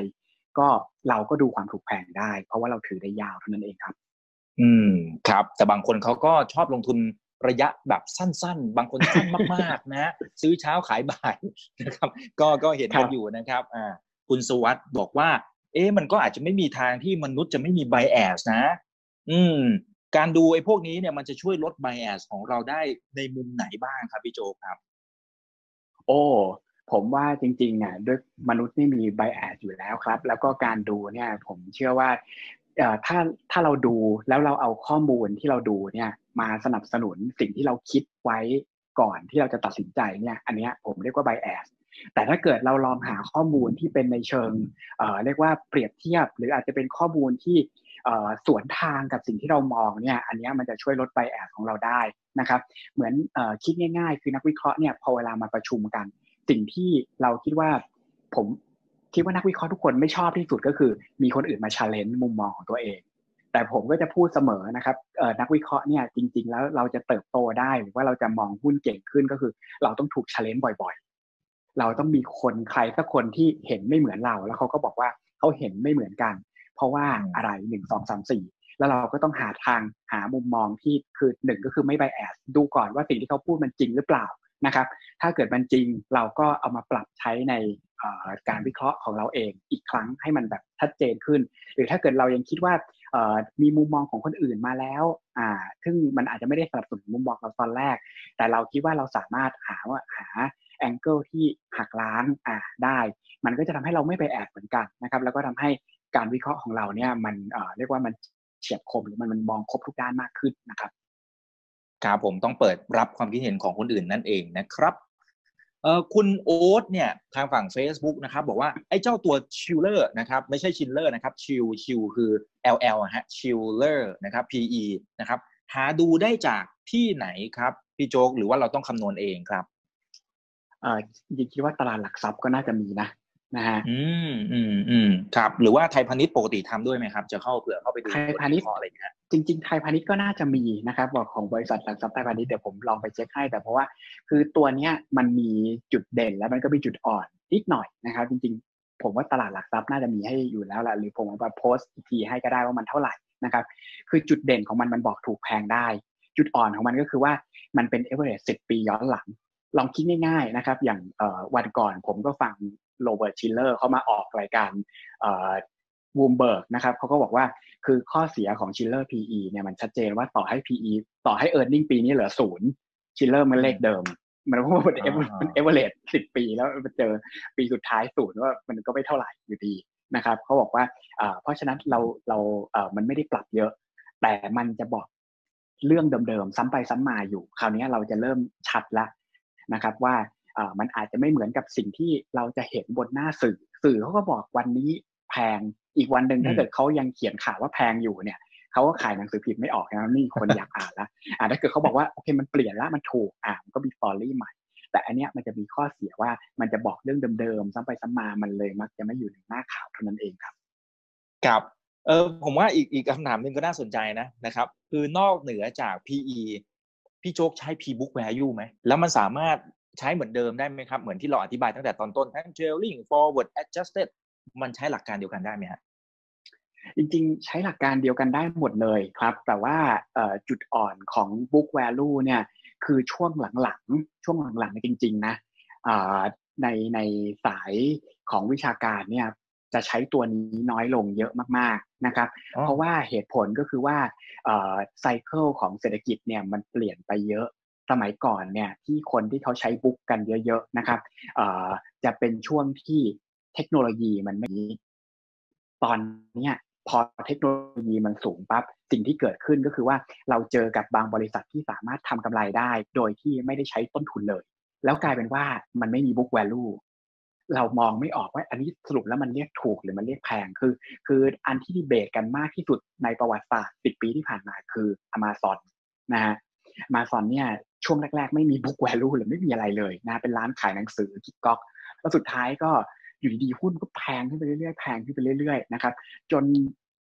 ก็เราก็ดูความถูกแพงได้เพราะว่าเราถือได้ยาวเท่านั้นเองครับอืมครับแต่บางคนเขาก็ชอบลงทุนระยะแบบสั้นๆบางคนสั้นมากๆนะซื้อเช้าขายบ่ายนะครับก็เห็นกันอยู่นะครับคุณสุวัสด์บอกว่ามันก็อาจจะไม่มีทางที่มนุษย์จะไม่มี bias นะอืมการดูไอ้พวกนี้เนี่ยมันจะช่วยลด bias ของเราได้ในมุมไหนบ้างครับพี่โจครับโอ้ผมว่าจริงๆเนี่ยด้วยมนุษย์นี่มีไบแอสอยู่แล้วครับแล้วก็การดูเนี่ยผมเชื่อว่าถ้าเราดูแล้วเราเอาข้อมูลที่เราดูเนี่ยมาสนับสนุนสิ่งที่เราคิดไว้ก่อนที่เราจะตัดสินใจเนี่ยอันเนี้ยผมเรียกว่าไบแอสแต่ถ้าเกิดเราลองหาข้อมูลที่เป็นในเชิงเรียกว่าเปรียบเทียบหรืออาจจะเป็นข้อมูลที่สวนทางกับสิ่งที่เรามองเนี่ยอันนี้มันจะช่วยลดไบแอสของเราได้นะครับเหมือนคิดง่ายๆคือนักวิเคราะห์เนี่ยพอเวลามาประชุมกันสิ่งที่เราคิดว่าผมคิดว่านักวิเคราะห์ทุกคนไม่ชอบที่สุดก็คือมีคนอื่นมา challenge มุมมองของตัวเองแต่ผมก็จะพูดเสมอนะครับนักวิเคราะห์เนี่ยจริงๆแล้วเราจะเติบโตได้หรือว่าเราจะมองหุ้นเก่งขึ้นก็คือเราต้องถูก challenge บ่อยๆเราต้องมีคนใครสักคนที่เห็นไม่เหมือนเราแล้วเขาก็บอกว่าเขาเห็นไม่เหมือนกันเพราะว่าอะไร1 2 3 4แล้วเราก็ต้องหาทางหามุมมองที่คือหนึ่งก็คือไม่ bias ดูก่อนว่าสิ่งที่เขาพูดมันจริงหรือเปล่านะครับถ้าเกิดมันจริงเราก็เอามาปรับใช้ในการวิเคราะห์ของเราเองอีกครั้งให้มันแบบชัดเจนขึ้นหรือถ้าเกิดเรายังคิดว่ามีมุมมองของคนอื่นมาแล้วซึ่งมันอาจจะไม่ได้สนับสนุนมุมมองเราตอนแรกแต่เราคิดว่าเราสามารถหาแองเกิลที่หักล้างได้มันก็จะทำให้เราไม่ไปแอบเหมือนกันนะครับแล้วก็ทำให้การวิเคราะห์ของเราเนี่ยมันเรียกว่ามันเฉียบคมหรือมันมองครบทุกด้านมากขึ้นนะครับครับผมต้องเปิดรับความคิดเห็นของคนอื่นนั่นเองนะครับคุณโอ๊ตเนี่ยทางฝั่ง Facebook นะครับบอกว่าไอ้เจ้าตัวชิลเลอร์นะครับไม่ใช่ชิลเลอร์นะครับชิลคือ LL ฮะชิลเลอร์นะครับ PE นะครับหาดูได้จากที่ไหนครับพี่โจ๊กหรือว่าเราต้องคำนวณเองครับจริงๆคิดว่าตลาดหลักทรัพย์ก็น่าจะมีนะฮะครับหรือว่าไทยพาณิชย์ปกติทำด้วยไหมครับจะเข้าเผื่อเข้าไปดูไทยพาณิชย์อะไรเงี้ยจริงๆไทยพาณิชย์ก็น่าจะมีนะครับบอกของบริษัทหลักทรัพย์ไทยพาณิชย์เดี๋ยวผมลองไปเช็คให้แต่เพราะว่าคือตัวเนี้ยมันมีจุดเด่นแล้วมันก็มีจุดอ่อนนิดหน่อยนะครับจริงๆผมว่าตลาดหลักทรัพย์น่าจะมีให้อยู่แล้วแหละหรือผมเอามาโพสต์อีกทีให้ก็ได้ว่ามันเท่าไหร่นะครับคือจุดเด่นของมันบอกถูกแพงได้จุดอ่อนของมันก็คือว่ามันเป็น average 10 ปีย้อนหลังลองคิดง่ายๆนะครับอย่างวันก่อนผมก็ฟังโรเบิร์ตชิลเลอร์เขามาออกรายการวูมเบิร์กนะครับเขาก็บอกว่าคือข้อเสียของชิลเลอร์ PE เนี่ยมันชัดเจนว่าต่อให้ PE ต่อให้ earning ปีนี้เหลือ0ชิลเลอร์มันเลขเดิมมันเพราะว่ามันเอเวอเรสต์10 ปีแล้วมันเจอปีสุดท้าย0ว่ามันก็ไม่เท่าไหร่อยู่ดีนะครับเขาบอกว่าเพราะฉะนั้นเรามันไม่ได้ปรับเยอะแต่มันจะบอกเรื่องเดิมๆซ้ำไปซ้ำมาอยู่คราวนี้เราจะเริ่มชัดแล้วนะครับว่ามันอาจจะไม่เหมือนกับสิ่งที่เราจะเห็นบนหน้าสื่อเขาก็บอกวันนี้แพงอีกวันหนึ่งถ้าเกิดเขายังเขียนข่าวว่าแพงอยู่เนี่ยเขาก็ขายหนังสือพิมพ์ไม่ออกนะนี่คนอยากอ่านแล้วถ้าเกิดเขาบอกว่าโอเคมันเปลี่ยนแล้วมันถูกมันก็มีสตอรี่ใหม่แต่อันเนี้ยมันจะมีข้อเสียว่ามันจะบอกเรื่องเดิมๆซ้ำไปซ้ำมามันเลยมักจะไม่อยู่ในหน้าข่าวเท่านั้นเองครับครับผมว่าอีกคำถามหนึ่งก็น่าสนใจนะครับคือนอกเหนือจาก PE พี่โจ๊กใช้ P-book value ไหมแล้วมันสามารถใช้เหมือนเดิมได้ไหมครับเหมือนที่เราอธิบายตั้งแต่ตอนต้นทั้ง trailing forward adjusted มันใช้หลักการเดียวกันได้ไหมฮะจริงๆใช้หลักการเดียวกันได้หมดเลยครับแต่ว่าจุดอ่อนของ book value เนี่ยคือช่วงหลังๆจริงๆนะในสายของวิชาการเนี่ยจะใช้ตัวนี้น้อยลงเยอะมากๆนะครับเพราะว่าเหตุผลก็คือว่าไซเคิลของเศรษฐกิจเนี่ยมันเปลี่ยนไปเยอะสมัยก่อนเนี่ยที่คนที่เขาใช้บุ๊กกันเยอะๆนะครับจะเป็นช่วงที่เทคโนโลยีมันไม่ตอนนี้พอเทคโนโลยีมันสูงปั๊บสิ่งที่เกิดขึ้นก็คือว่าเราเจอกับบางบริษัทที่สามารถทำกำไรได้โดยที่ไม่ได้ใช้ต้นทุนเลยแล้วกลายเป็นว่ามันไม่มี book value เรามองไม่ออกว่าอันนี้สรุปแล้วมันเรียกถูกหรือมันเรียกแพงคืออันที่ดีเบตกันมากที่สุดในประวัติศาสตร์10 ปีที่ผ่านมาคือ Amazon นะฮะ Amazon เนี่ยช่วงแรกๆไม่มี book value หรือไม่มีอะไรเลยนะเป็นร้านขายหนังสือกิ๊กก๊อกแล้วสุดท้ายก็อยู่ดีๆหุ้นก็แพงขึ้นไปเรื่อยๆนะครับจน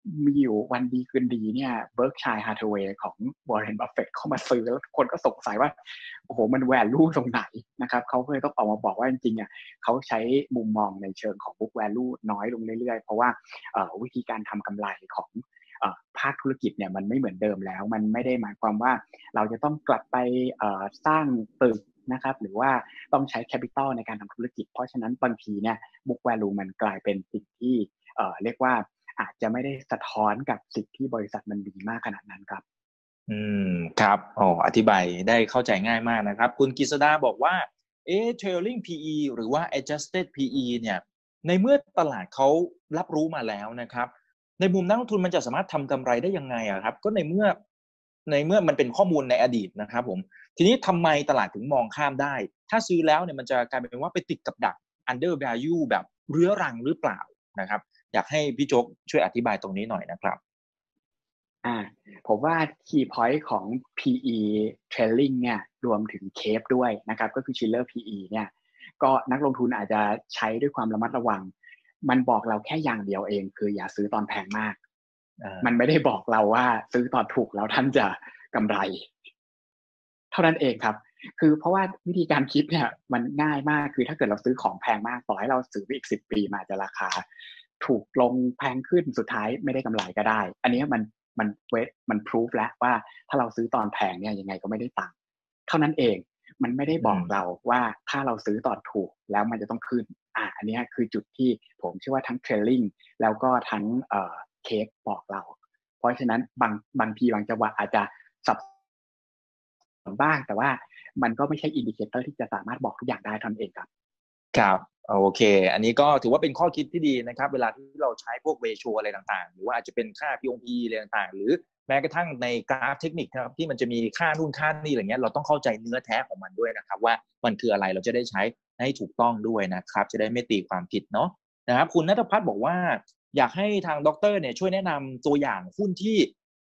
มีอยู่วันดีคืนดีเนี่ยเบิร์กชัยฮาร์ทเวย์ของวอร์เรนบัฟเฟตต์เข้ามาซื้อแล้วคนก็สงสัยว่าโอ้โหมันแวลูตรงไหนนะครับเขาก็เลยต้องออกมาบอกว่าจริงๆอ่ะเขาใช้มุมมองในเชิงของ book value น้อยลงเรื่อยๆเพราะว่าวิธีการทำกำไรของภาคธุรกิจเนี่ยมันไม่เหมือนเดิมแล้วมันไม่ได้หมายความว่าเราจะต้องกลับไปสร้างตึกนะครับหรือว่าต้องใช้แคปิตอลในการทำธุรกิจเพราะฉะนั้นบางทีเนี่ย book value มันกลายเป็นสิ่งที่เรียกว่าอาจจะไม่ได้สะท้อนกับสิ่งที่บริษัทมันดีมากขนาดนั้นครับครับอธิบายได้เข้าใจง่ายมากนะครับคุณกฤษดาบอกว่าtrailing PE หรือว่า adjusted PE เนี่ยในเมื่อตลาดเขารับรู้มาแล้วนะครับในมุมนักลงทุนมันจะสามารถทำกำไรได้ยังไงอะครับก็ในเมื่อมันเป็นข้อมูลในอดีตนะครับผมทีนี้ทำไมตลาดถึงมองข้ามได้ถ้าซื้อแล้วเนี่ยมันจะกลายเป็นว่าไปติดกับดัก under value แบบเรื้อรังหรือเปล่านะครับอยากให้พี่โจ๊กช่วยอธิบายตรงนี้หน่อยนะครับผมว่า key point ของ PE trailing เนี่ยรวมถึง CAPE ด้วยนะครับก็คือ Shiller PE เนี่ยก็นักลงทุนอาจจะใช้ด้วยความระมัดระวังมันบอกเราแค่อย่างเดียวเองคืออย่าซื้อตอนแพงมากมันไม่ได้บอกเราว่าซื้อตอนถูกแล้วท่านจะกำไรเท่านั้นเองครับคือเพราะว่าวิธีการคิดเนี่ยมันง่ายมากคือถ้าเกิดเราซื้อของแพงมากต่อให้เราซื้อไปอีก10 ปีมาจะราคาถูกลงแพงขึ้นสุดท้ายไม่ได้กำไรก็ได้อันนี้มันพิสูจแล้วว่าถ้าเราซื้อตอนแพงเนี่ยยังไงก็ไม่ได้ตังค์เท่านั้นเองมันไม่ได้บอกเราว่าถ้าเราซื้อตอนถูกแล้วมันจะต้องขึ้นอันนี้คือจุดที่ผมเชื่อว่าทั้งเทรลลิ่งแล้วก็ทั้งเคสบอกเราเพราะฉะนั้นบางทีบางจังหวะอาจจะสับสนบ้างแต่ว่ามันก็ไม่ใช่อินดิเคเตอร์ที่จะสามารถบอกทุกอย่างได้เท่านั้นเองครับครับโอเคอันนี้ก็ถือว่าเป็นข้อคิดที่ดีนะครับเวลาที่เราใช้พวกเรโชอะไรต่างๆหรือว่าอาจจะเป็นค่า P/E อะไรต่างๆหรือแม้กระทั่งในกราฟเทคนิคครับที่มันจะมีค่านู่นค่านี่อะไรเงี้ยเราต้องเข้าใจเนื้อแท้ของมันด้วยนะครับว่ามันคืออะไรเราจะได้ใช้ให้ถูกต้องด้วยนะครับจะได้ไม่ตีความผิดเนาะนะครับคุณณัฐพัฒน์บอกว่าอยากให้ทางดร.เนี่ยช่วยแนะนำตัวอย่างหุ้นที่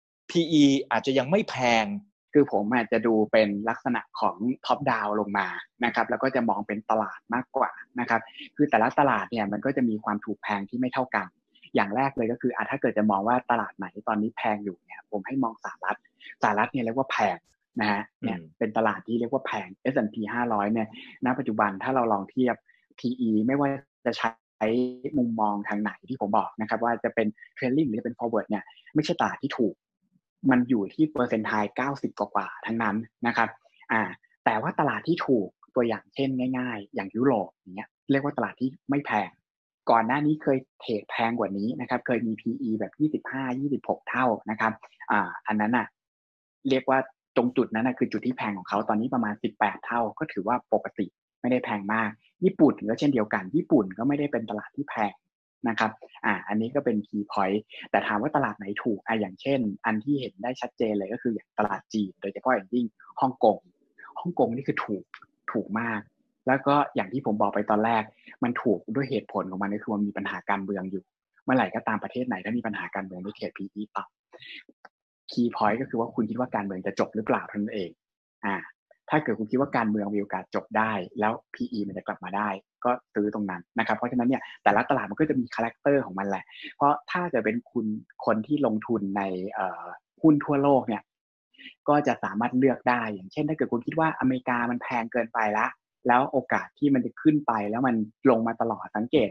PE อาจจะยังไม่แพงคือผมอาจจะดูเป็นลักษณะของท็อปดาวลงมานะครับแล้วก็จะมองเป็นตลาดมากกว่านะครับคือแต่ละตลาดเนี่ยมันก็จะมีความถูกแพงที่ไม่เท่ากันอย่างแรกเลยก็คือถ้าเกิดจะมองว่าตลาดไหนตอนนี้แพงอยู่เนี่ยผมให้มองสหรัฐเนี่ยเรียกว่าแพงนะฮะเนี่ยเป็นตลาดที่เรียกว่าแพง S&P 500เนี่ยณปัจจุบันถ้าเราลองเทียบ PE ไม่ว่าจะใช้มุมมองทางไหนที่ผมบอกนะครับว่าจะเป็น trailing หรือจะเป็น forward เนี่ยไม่ใช่ตลาดที่ถูกมันอยู่ที่เปอร์เซ็นต์ไทน์90กว่าทั้งนั้นนะครับแต่ว่าตลาดที่ถูกตัวอย่างเช่นง่ายๆอย่างยุโรปอย่างเงี้ยเรียกว่าตลาดที่ไม่แพงก่อนหน้านี้เคยเทรดแพงกว่านี้นะครับเคยมี PE แบบ25-26 เท่านะครับอันนั้นน่ะเรียกว่าตรงจุดนั้นน่ะคือจุดที่แพงของเขาตอนนี้ประมาณ18เท่าก็ถือว่าปกติไม่ได้แพงมากญี่ปุ่นก็เช่นเดียวกันญี่ปุ่นก็ไม่ได้เป็นตลาดที่แพงนะครับอันนี้ก็เป็น key point แต่ถามว่าตลาดไหนถูกอย่างเช่นอันที่เห็นได้ชัดเจนเลยก็คืออย่างตลาดจีนโดยเฉพาะอย่างยิ่งฮ่องกงนี่คือถูกมากแล้วก็อย่างที่ผมบอกไปตอนแรกมันถูกด้วยเหตุผลของมันก็คือมันมีปัญหาการเมืองอยู่เมื่อไหร่ก็ตามประเทศไหนถ้ามีปัญหาการเมืองด้วยเทรด PE ต่ำ key point ก็คือว่าคุณคิดว่าการเมืองจะจบหรือเปล่าเท่านั้นเองถ้าเกิดคุณคิดว่าการเมืองมีโอกาสจบได้แล้ว PE มันจะกลับมาได้ก็ซื้อตรงนั้นนะครับเพราะฉะนั้นเนี่ยแต่ละตลาดมันก็จะมีคาแรคเตอร์ของมันแหละเพราะถ้าจะเป็นคนที่ลงทุนในหุ้นทั่วโลกเนี่ยก็จะสามารถเลือกได้อย่างเช่นถ้าเกิดคุณคิดว่าอเมริกามันแพงเกินไปแล้วโอกาสที่มันจะขึ้นไปแล้วมันลงมาตลอดสังเกต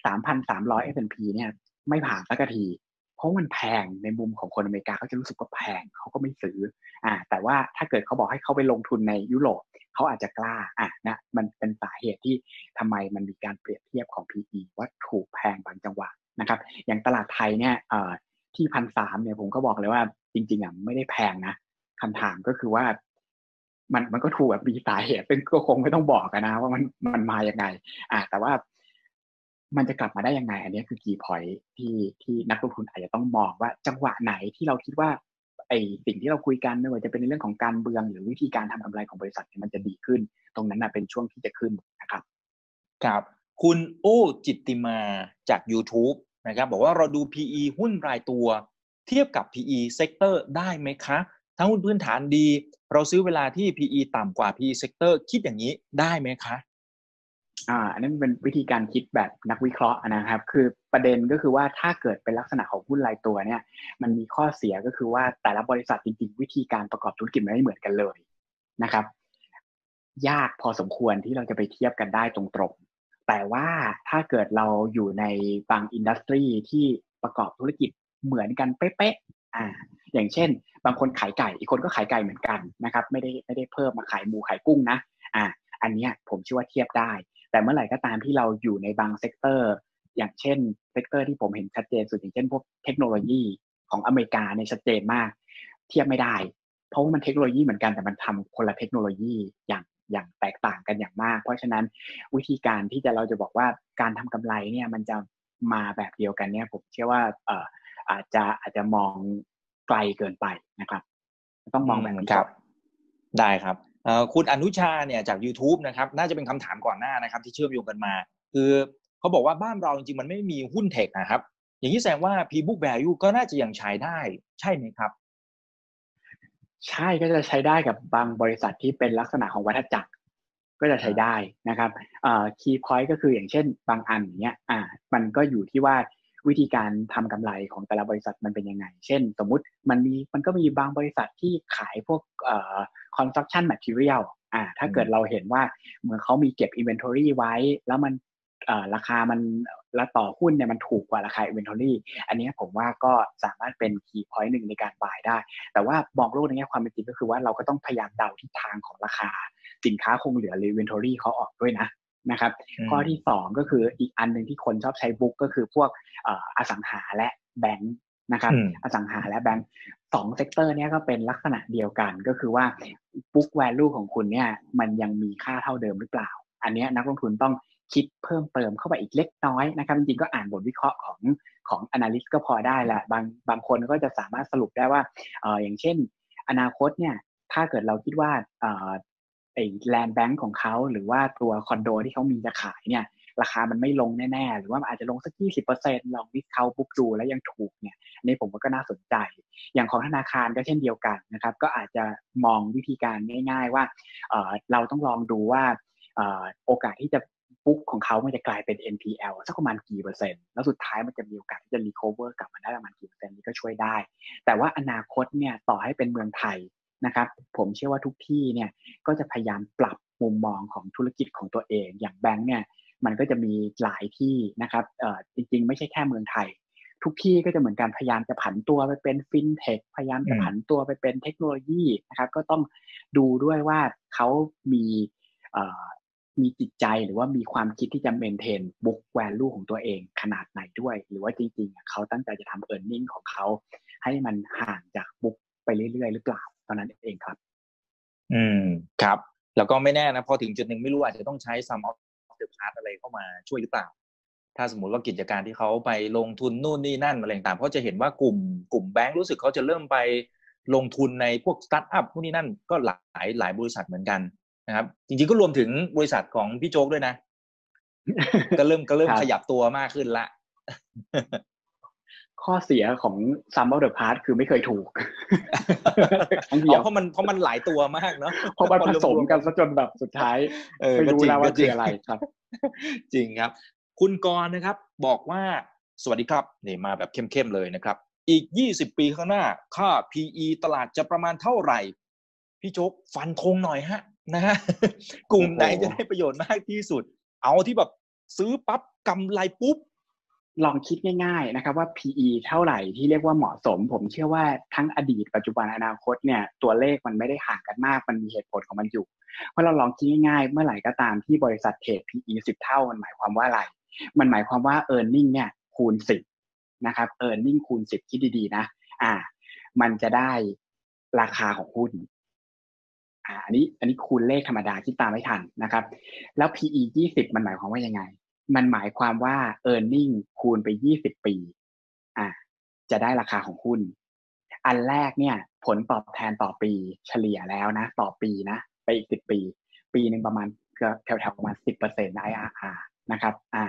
3,300 S&P เนี่ยไม่ผ่านสักทีเพราะมันแพงในมุมของคนอเมริกาเขาจะรู้สึกว่าแพงเขาก็ไม่ซื้อแต่ว่าถ้าเกิดเขาบอกให้เขาไปลงทุนในยุโรปเขาอาจจะกล้านะมันเป็นสาเหตุที่ทำไมมันมีการเปรียบเทียบของ PE ว่าถูกแพงบางจังหวะนะครับอย่างตลาดไทยเนี่ยที่ 1,300 เนี่ยผมก็บอกเลยว่าจริงๆไม่ได้แพงนะคำถามก็คือว่ามันก็ถูกแบบมีสาเหตุซึ่งก็คงไม่ต้องบอกนะว่ามันมายังไงแต่ว่ามันจะกลับมาได้ยังไงอันนี้คือ key point ที่นักลงทุนอาจจะต้องมองว่าจังหวะไหนที่เราคิดว่าสิ่งที่เราคุยกันไม่ว่าจะเป็นในเรื่องของการเมืองหรือวิธีการทำกำไรของบริษัทมันจะดีขึ้นตรงนั้นเป็นช่วงที่จะขึ้นนะครับครับคุณโอ้จิตติมาจาก YouTube นะครับบอกว่าเราดู PE หุ้นรายตัวเทียบกับ PE sector ได้ไหมคะถ้าหุ้นพื้นฐานดีเราซื้อเวลาที่ PE ต่ำกว่า PE sector คิดอย่างนี้ได้ไหมคะอันนั้นเป็นวิธีการคิดแบบนักวิเคราะห์นะครับคือประเด็นก็คือว่าถ้าเกิดเป็นลักษณะของหุ้นรายตัวเนี่ยมันมีข้อเสียก็คือว่าแต่ละบริษัทจริงๆวิธีการประกอบธุรกิจมันไม่เหมือนกันเลยนะครับยากพอสมควรที่เราจะไปเทียบกันได้ตรงๆแต่ว่าถ้าเกิดเราอยู่ในบางอินดัสทรีที่ประกอบธุรกิจเหมือนกันเป๊ะๆอย่างเช่นบางคนขายไก่อีกคนก็ขายไก่เหมือนกันนะครับไม่ได้เพิ่มมาขายหมูขายกุ้งนะอันนี้ผมเชื่อว่าเทียบได้แต่เมื่อไหร่ก็ตามที่เราอยู่ในบางเซกเตอร์อย่างเช่นเซกเตอร์ที่ผมเห็นชัดเจนสุดอย่างเช่นพวกเทคโนโลยีของอเมริกาเนี่ยชัดเจนมากเทียบไม่ได้เพราะว่ามันเทคโนโลยีเหมือนกันแต่มันทำคนละเทคโนโลยีอย่างแตกต่างกันอย่างมากเพราะฉะนั้นวิธีการที่เราจะบอกว่าการทำกำไรเนี่ยมันจะมาแบบเดียวกันเนี่ยผมเชื่อว่าอาจจะมองไกลเกินไปนะครับต้องมองแบบนี้ครับได้ครับคุณอนุชาเนี่ยจาก YouTube นะครับน่าจะเป็นคำถามก่อนหน้านะครับที่เชื่อมโยงกันมาคือเขาบอกว่าบ้านเราจริงๆมันไม่มีหุ้นเทคนะครับอย่างนี้แสดงว่า P/book value ก็น่าจะยังใช้ได้ใช่ไหมครับใช่ก็จะใช้ได้กับบางบริษัทที่เป็นลักษณะของวัฏจักรก็จะใช้ได้นะครับคีย์พอยต์ก็คืออย่างเช่นบางอันอย่างเงี้ยมันก็อยู่ที่ว่าวิธีการทำกำไรของแต่ละบริษัทมันเป็นยังไงเช่นสมมุติมันก็มีบางบริษัทที่ขายพวกconstruction material ถ้าเกิดเราเห็นว่าเหมือนเขามีเก็บ inventory ไว้แล้วมันราคามันและต่อหุ้นเนี่ยมันถูกกว่าราคา inventory อันนี้ผมว่าก็สามารถเป็น key point หนึ่งในการ buy ได้แต่ว่ามองโลกในแง่ความเป็นจริงก็คือว่าเราก็ต้องพยายามเดาทิศทางของราคาสินค้าคงเหลือหรือ inventory เขาออกด้วยนะครับข้อที่2ก็คืออีกอันนึงที่คนชอบใช้บุ๊กก็คือพวกอสังหาและแบงค์นะครับอสังหาและแบงค์2เซกเตอร์นี้ก็เป็นลักษณะเดียวกันก็คือว่า book value ของคุณเนี่ยมันยังมีค่าเท่าเดิมหรือเปล่าอันนี้นักลงทุนต้องคิดเพิ่มเติมเข้าไปอีกเล็กน้อยนะครับจริงๆก็อ่านบทวิเคราะห์ของ analyst ก็พอได้แหละบางคนก็จะสามารถสรุปได้ว่าอย่างเช่นอนาคตเนี่ยถ้าเกิดเราคิดว่าไอ้แลนด์แบงก์ของเขาหรือว่าตัวคอนโดที่เขามีจะขายเนี่ยราคามันไม่ลงแน่ๆหรือว่าอาจจะลงสัก 20% ลองดิสเคาท์บุ๊กดูแล้วยังถูกเนี่ยอันนี้ผมว่าก็น่าสนใจอย่างของธนาคารก็เช่นเดียวกันนะครับก็อาจจะมองวิธีการง่ายๆว่าเราต้องลองดูว่าโอกาสที่จะบุ๊กของเขามันจะกลายเป็น NPL สักประมาณกี่เปอร์เซ็นต์แล้วสุดท้ายมันจะมีโอกาสที่จะ recover กลับมาได้ประมาณกี่เปอร์เซ็นต์นี้ก็ช่วยได้แต่ว่าอนาคตเนี่ยต่อให้เป็นเมืองไทยนะครับผมเชื่อว่าทุกที่เนี่ยก็จะพยายามปรับมุมมองของธุรกิจของตัวเองอย่างแบงค์เนี่ยมันก็จะมีหลายที่นะครับจริงๆไม่ใช่แค่เมืองไทยทุกที่ก็จะเหมือนกันพยายามจะผันตัวไปเป็นฟินเทคพยายามจะผันตัวไปเป็นเทคโนโลยีนะครับก็ต้องดูด้วยว่าเขามีจิตใจหรือว่ามีความคิดที่จะเมนเทนบุ๊กแวลูของตัวเองขนาดไหนด้วยหรือว่าจริงๆเขาตั้งใจจะทำ earning ของเขาให้มันห่างจากบุ๊กไปเรื่อยๆหรือเปล่าตอนนั้นเองครับครับแล้วก็ไม่แน่นะพอถึงจุดหนึ่งไม่รู้อาจจะต้องใช้ sum of the parts อะไรเข้ามาช่วยหรือเปล่าถ้าสมมุติว่ากิจการที่เขาไปลงทุนนู่นนี่นั่นอะไรต่างๆเพราะจะเห็นว่ากลุ่มแบงค์รู้สึกเขาจะเริ่มไปลงทุนในพวกสตาร์ทอัพพวกนี้นั่นก็หลายบริษัทเหมือนกันนะครับจริงๆก็รวมถึงบริษัทของพี่โจ๊กด้วยนะก็เริ่มขยับตัวมากขึ้นละข้อเสียของ sum of the parts คือไม่เคยถูกเพราะมันหลายตัวมากเนาะเพราะมันผสมกันซะจนแบบสุดท้ายไม่รู้แล้วว่าคืออะไรครับจริงครับคุณกรณ์นะครับบอกว่าสวัสดีครับนี่มาแบบเข้มๆเลยนะครับอีก20ปีข้างหน้าค่า PE ตลาดจะประมาณเท่าไหร่พี่โจ๊กฟันธงหน่อยฮะนะฮะกลุ่มไหนจะได้ประโยชน์มากที่สุดเอาที่แบบซื้อปั๊บกำไรปุ๊บลองคิดง่ายๆนะครับว่า PE เท่าไหร่ที่เรียกว่าเหมาะสมผมเชื่อว่าทั้งอดีตปัจจุบันอนาคตเนี่ยตัวเลขมันไม่ได้ห่างกันมากมันมีเหตุผลของมันอยู่เพราะเราลองคิดง่ายๆเมื่อไหร่ก็ตามที่บริษัทเทรด PE 10 เท่ามันหมายความว่าอะไรมันหมายความว่า earning เนี่ยคูณ10นะครับ earning คูณ10คิดดีๆนะมันจะได้ราคาของหุ้นอันนี้คูณเลขธรรมดาคิดตามไม่ทันนะครับแล้ว PE 20มันหมายความว่ายังไงมันหมายความว่า earning คูณไป20ปีจะได้ราคาของหุ้นอันแรกเนี่ยผลตอบแทนต่อปีเฉลี่ยแล้วนะต่อปีนะไปอีก10ปีนึงประมาณแถวๆประมาณ 10% IRR นะครับ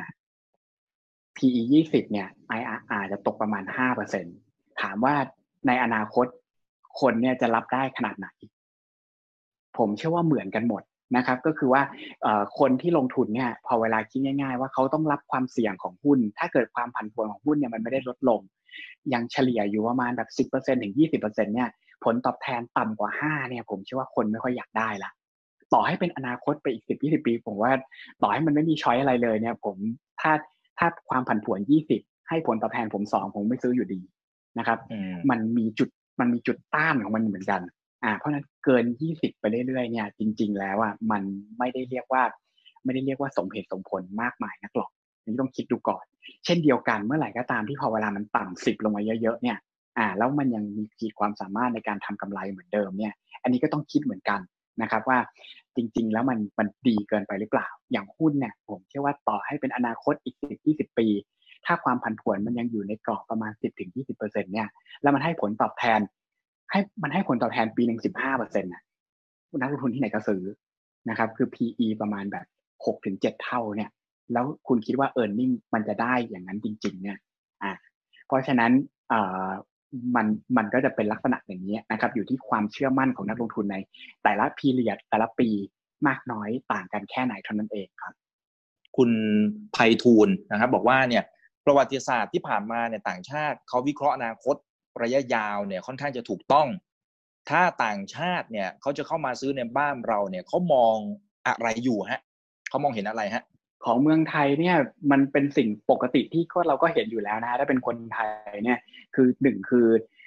PE 20เนี่ย IRR จะตกประมาณ 5% ถามว่าในอนาคตคนเนี่ยจะรับได้ขนาดไหนผมเชื่อว่าเหมือนกันหมดนะครับก็คือว่าคนที่ลงทุนเนี่ยพอเวลาคิดง่ายๆว่าเขาต้องรับความเสี่ยงของหุ้นถ้าเกิดความผันผวนของหุ้นเนี่ยมันไม่ได้ลดลงยังเฉลี่ยอยู่ประมาณแบบ 10% ถึง 20% เนี่ยผลตอบแทนต่ำกว่า5เนี่ยผมเชื่อว่าคนไม่ค่อยอยากได้ละต่อให้เป็นอนาคตไปอีก10-20 ปีผมว่าต่อให้มันไม่มีช้อยอะไรเลยเนี่ยผมถ้าความผันผวน20ให้ผลตอบแทนผม2ผมไม่ซื้ออยู่ดีนะครับมันมีจุดต้านของมันเหมือนกันเพราะนั้นเกิน20ไปเรื่อยๆเนี่ยจริงๆแล้วมันไม่ได้เรียกว่าสมเหตุสมผลมากมายนักหรอกนี่ต้องคิดดูก่อนเช่นเดียวกันเมื่อไหร่ก็ตามที่พอเวลามันต่ำ10ลงมาเยอะๆเนี่ยแล้วมันยังมีขีดความสามารถในการทำกำไรเหมือนเดิมเนี่ยอันนี้ก็ต้องคิดเหมือนกันนะครับว่าจริงๆแล้วมันดีเกินไปหรือเปล่าอย่างหุ้นเนี่ยผมเชื่อว่าต่อให้เป็นอนาคตอีก10-20 ปีถ้าความผันผวนมันยังอยู่ในกรอบประมาณ 10-20% เนี่ยแล้วมันให้ผลตอบแทนปีนึง 15% น่ะนักลงทุนที่ไหนก็ซื้อนะครับคือ PE ประมาณแบบ 6-7 เท่าเนี่ยแล้วคุณคิดว่า earning มันจะได้อย่างนั้นจริงๆเนี่ยเพราะฉะนั้นมันก็จะเป็นลักษณะอย่างนี้นะครับอยู่ที่ความเชื่อมั่นของนักลงทุนในแต่ละ period แต่ละปีมากน้อยต่างกันแค่ไหนเท่านั้นเองครับคุณไพฑูรย์นะครับบอกว่าเนี่ยประวัติศาสตร์ที่ผ่านมาเนี่ยต่างชาติเขาวิเคราะห์อนาคตระยะยาวเนี่ยค่อนข้างจะถูกต้องถ้าต่างชาติเนี่ยเขาจะเข้ามาซื้อในบ้านเราเนี่ยเขามองอะไรอยู่ฮะเขามองเห็นอะไรฮะของเมืองไทยเนี่ยมันเป็นสิ่งปกติที่เราก็เห็นอยู่แล้วนะถ้าเป็นคนไทยเนี่ยคือ1คือ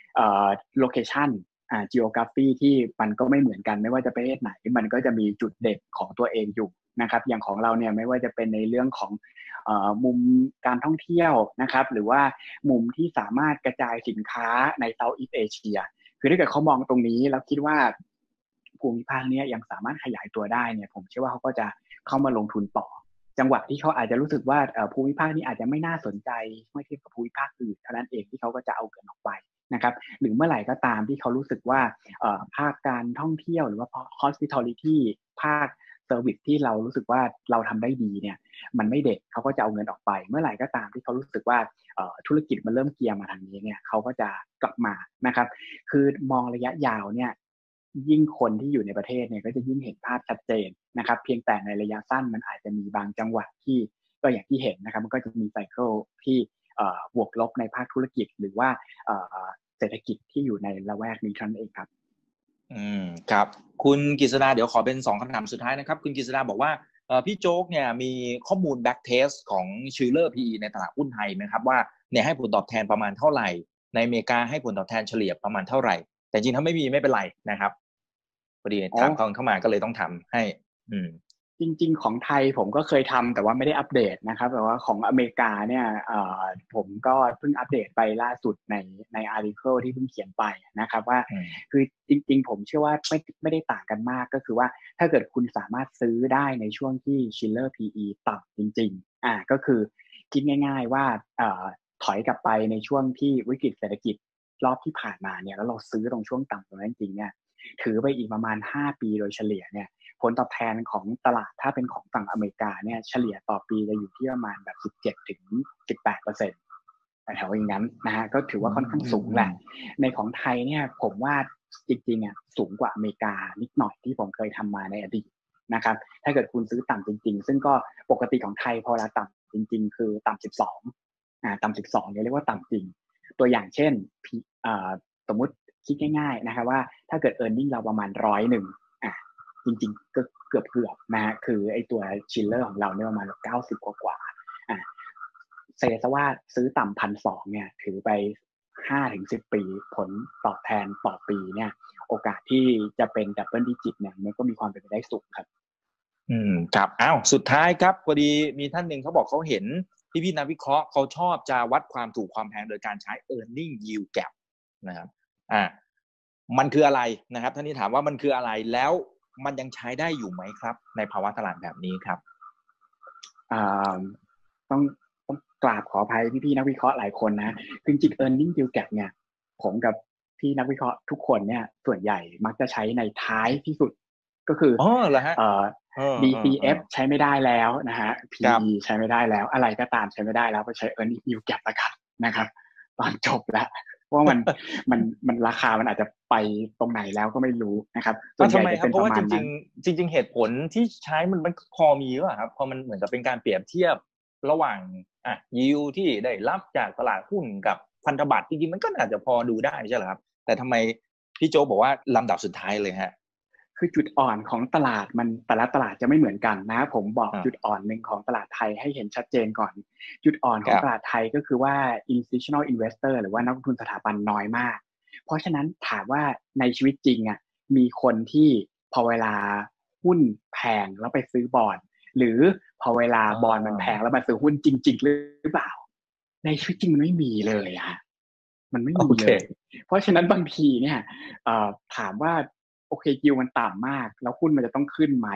location geography ที่มันก็ไม่เหมือนกันไม่ว่าจะประเทศไหนมันก็จะมีจุดเด่นของตัวเองอยู่นะครับอย่างของเราเนี่ยไม่ว่าจะเป็นในเรื่องของมุมการท่องเที่ยวนะครับหรือว่ามุมที่สามารถกระจายสินค้าใน Southeast Asia คือถ้าเกิดเขามองตรงนี้แล้วคิดว่าภูมิภาคนี้ยังสามารถขยายตัวได้เนี่ยผมเชื่อว่าเขาก็จะเข้ามาลงทุนต่อจังหวัดที่เขาอาจจะรู้สึกว่าภูมิภาคนี้อาจจะไม่น่าสนใจเมื่อเทียบกับภูมิภาคอื่นเท่านั้นเองที่เขาก็จะเอาเงินออกไปนะครับหรือเมื่อไหร่ก็ตามที่เขารู้สึกว่าภาคการท่องเที่ยวหรือว่า hospitality ภาคเซอร์วิสที่เรารู้สึกว่าเราทำได้ดีเนี่ยมันไม่เด็ดเขาก็จะเอาเงินออกไปเมื่อไหร่ก็ตามที่เขารู้สึกว่าธุรกิจมันเริ่มเกียร์มาทางนี้เนี่ยเขาก็จะกลับมานะครับคือมองระยะยาวเนี่ยยิ่งคนที่อยู่ในประเทศเนี่ยก็จะยิ่งเห็นภาพชัดเจนนะครับเพียงแต่ในระยะสั้นมันอาจจะมีบางจังหวะที่ก็อย่างที่เห็นนะครับมันก็จะมีไซเคิลที่บวกลบในภาคธุรกิจหรือว่าเศรษฐกิจที่อยู่ในละแวกนี้นั่นเองครับครับคุณกฤษดาเดี๋ยวขอเป็น2คำถามสุดท้ายนะครับคุณกฤษดาบอกว่าพี่โจ๊กเนี่ยมีข้อมูล back test ของ Shiller PE ในตลาดหุ้นไทยไหมครับว่าเนี่ยให้ผลตอบแทนประมาณเท่าไหร่ในอเมริกาให้ผลตอบแทนเฉลี่ยประมาณเท่าไหร่แต่จริงถ้าไม่มีไม่เป็นไรนะครับพอดีถามเข้ามาก็เลยต้องทำให้จริงๆของไทยผมก็เคยทำแต่ว่าไม่ได้อัปเดตนะครับแต่ว่าของอเมริกาเนี่ยผมก็เพิ่งอัปเดตไปล่าสุดในอาร์ติเคิลที่เพิ่งเขียนไปนะครับว่าคือจริงๆผมเชื่อว่าไม่ได้ต่างกันมากก็คือว่าถ้าเกิดคุณสามารถซื้อได้ในช่วงที่ Shiller PE ต่ำจริงๆก็คือคิดง่ายๆว่าถอยกลับไปในช่วงที่วิกฤตเศรษฐกิจรอบที่ผ่านมาเนี่ยแล้วเราซื้อตรงช่วงต่ำตรงนั้นจริงๆเนี่ยถือไปอีกประมาณ5ปีโดยเฉลี่ยเนี่ยผลตอบแทนของตลาดถ้าเป็นของฝั่งอเมริกาเนี่ยเฉลี่ยต่อปีจะอยู่ที่ประมาณแบบ 17-18% แถวอย่างนั้นนะฮะก็ถือว่าค่อนข้างสูงแหละในของไทยเนี่ยผมว่าจริงๆสูงกว่าอเมริกานิดหน่อยที่ผมเคยทำมาในอดีตนะครับถ้าเกิดคุณซื้อต่ำจริงๆซึ่งก็ปกติของไทยพอละต่ำจริงๆคือต่ำ12ต่ำ12เนี่ยเรียกว่าต่ำจริงตัวอย่างเช่นสมมุติคิดง่ายๆนะครับว่าถ้าเกิด earning เราประมาณ100จริงๆก็เกือบนะฮะคือไอตัวชิลเลอร์ของเราเนี่ยประมาณ90กว่าเซซะว่าซื้อต่ำ1,200เนี่ยถือไป 5-10 ปีผลตอบแทนต่อปีเนี่ยโอกาสที่จะเป็นดับเบิลดิจิตเนี่ยมันก็มีความเป็นไปได้สูงครับครับสุดท้ายครับพอดีมีท่านหนึ่งเขาบอกเขาเห็นพี่นักวิเคราะห์เขาชอบจะวัดความถูกความแพงโดยการใช้ earning yield gap นะครับมันคืออะไรนะครับท่านนี้ถามว่ามันคืออะไรแล้วมันยังใช้ได้อยู่ไหมครับในภาวะตลาดแบบนี้ครับต้องกราบขออภัยพี่นักวิเคราะห์หลายคนนะจริงๆ earning yield gap เนี่ยผมกับพี่นักวิเคราะห์ทุกคนเนี่ยส่วนใหญ่มักจะใช้ในท้ายที่สุดก็คือเหรอฮะ DCF ใช้ไม่ได้แล้วนะฮะ PE ใช้ไม่ได้แล้วอะไรก็ตามใช้ไม่ได้แล้วก็ใช้ earning yield gap ละกันนะครับตอนจบแล้วเพราะว่ามันราคามันอาจจะไปตรงไหนแล้วก็ไม่รู้นะครับทำไมครับเพราะว่าจริงเหตุผลที่ใช้มันพอมีหรือเปล่าครับพอมันเหมือนกับเป็นการเปรียบเทียบระหว่างยิวที่ได้รับจากตลาดหุ้นกับพันธบัตรจริงๆมันก็น่าจะพอดูได้ใช่ไหมครับแต่ทำไมพี่โจบอกว่าลำดับสุดท้ายเลยฮะคือจุดอ่อนของตลาดมันแต่ละตลาดจะไม่เหมือนกันนะผมบอกจุดอ่อนหนึ่งของตลาดไทยให้เห็นชัดเจนก่อนจุดอ่อนของตลาดไทยก็คือว่า institutional investor หรือว่านักลงทุนสถาบันน้อยมากเพราะฉะนั้นถามว่าในชีวิตจริงอ่ะมีคนที่พอเวลาหุ้นแพงแล้วไปซื้อบอนด์หรือพอเวลาบอนด์มันแพงแล้วมาซื้อหุ้นจริงๆหรือเปล่าในชีวิตจริงมันไม่มีเลยอะมันไม่มีเลยเพราะฉะนั้นบางทีเนี่ยถามว่าโอเคยิวมันต่ำมากแล้วหุ้นมันจะต้องขึ้นไหม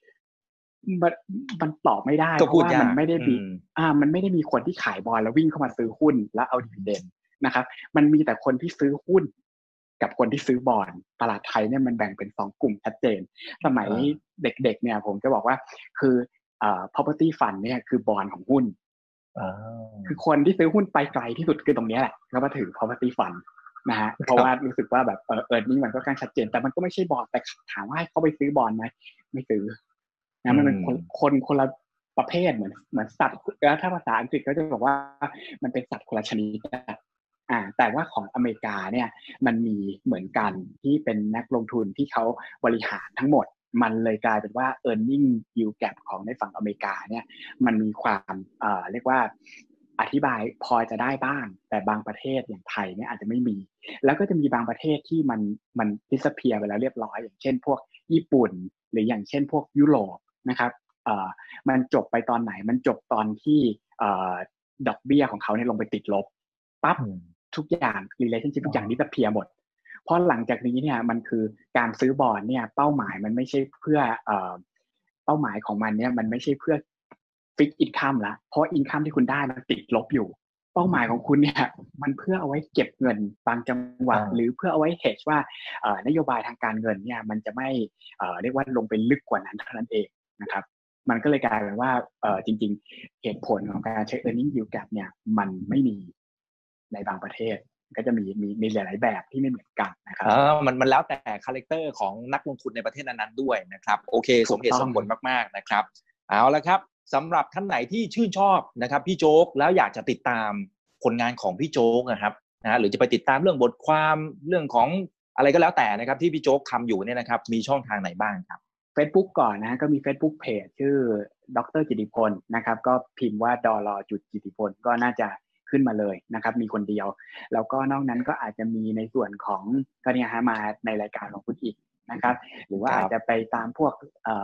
มันตอบไม่ได้เพราะว่ามันไม่ได้มีคนที่ขายบอลแล้ววิ่งเข้ามาซื้อหุ้นแล้วเอาดิวิเดนด์นะครับมันมีแต่คนที่ซื้อหุ้นกับคนที่ซื้อบอลตลาดไทยเนี่ยมันแบ่งเป็น2กลุ่มชัดเจนสมัยเด็กๆเนี่ยผมจะบอกว่าคือproperty fund เนี่ยคือบอลของหุ้นคือคนที่ซื้อหุ้นไปไกลที่สุดคือตรงนี้แหละแล้วมาถือ property fundนะฮะเพราะว่ารู้สึกว่าแบบearning มันก็ค่อนข้างชัดเจนแต่มันก็ไม่ใช่บอลแต่ถามว่าให้เขาไปซื้อบอลไหมไม่ซื้อนะมันเป็นคนละประเภทเหมือนสัตว์แล้วถ้าภาษาอังกฤษเขาจะบอกว่ามันเป็นสัตว์คนละชนิดแต่ว่าของอเมริกาเนี่ยมันมีเหมือนกันที่เป็นนักลงทุนที่เขาบริหารทั้งหมดมันเลยกลายเป็นว่า earning yield gap ของในฝั่งอเมริกาเนี่ยมันมีความเรียกว่าอธิบายพอจะได้บ้างแต่บางประเทศอย่างไทยเนี่ยอาจจะไม่มีแล้วก็จะมีบางประเทศที่มัน disappear ไปแล้วเรียบร้อยอย่างเช่นพวกญี่ปุ่นหรืออย่างเช่นพวกยุโรปนะครับมันจบไปตอนไหนมันจบตอนที่ดอกเบี้ยของเขาเนี่ยลงไปติดลบปั๊บทุกอย่าง relationship ทุกอย่างdisappearเพียหมดเพราะหลังจากนี้เนี่ยมันคือการซื้อบอนด์เนี่ยเป้าหมายมันไม่ใช่เพื่อเป้าหมายของมันเนี่ยมันไม่ใช่เพื่อฟิกอินคัมละเพราะอินคัมที่คุณได้มันติดลบอยู่เป้าหมายของคุณเนี่ยมันเพื่อเอาไว้เก็บเงินบางจังหวะหรือเพื่อเอาไว้เฮดว่านโยบายทางการเงินเนี่ยมันจะไม่เรียกว่าลงไปลึกกว่านั้นเท่านั้นเองนะครับมันก็เลยกลายเป็นว่าจริงๆเหตุผลของการใช้ earning yield gap เนี่ยมันไม่มีในบางประเทศก็จะมีหลายๆแบบที่ไม่เหมือนกันนะครับมันแล้วแต่คาแรคเตอร์ของนักลงทุนในประเทศนั้นๆด้วยนะครับโอเคสมเหตุสมผลมากๆนะครับเอาละครับสำหรับท่านไหนที่ชื่นชอบนะครับพี่โจ๊กแล้วอยากจะติดตามผลงานของพี่โจ๊กนะครับหรือจะไปติดตามเรื่องบทความเรื่องของอะไรก็แล้วแต่นะครับที่พี่โจ๊กทำอยู่เนี่ยนะครับมีช่องทางไหนบ้างครับ Facebook ก่อนนะก็มี Facebook Page ชื่อดร.จิตติพลนะครับก็พิมพ์ว่าดล.จิตติพลก็น่าจะขึ้นมาเลยนะครับมีคนเดียวแล้วก็นอกนั้นก็อาจจะมีในส่วนของก็เนี่ยฮะมาในรายการของคุณอีกนะครับหรือว่าอาจจะไปตามพวก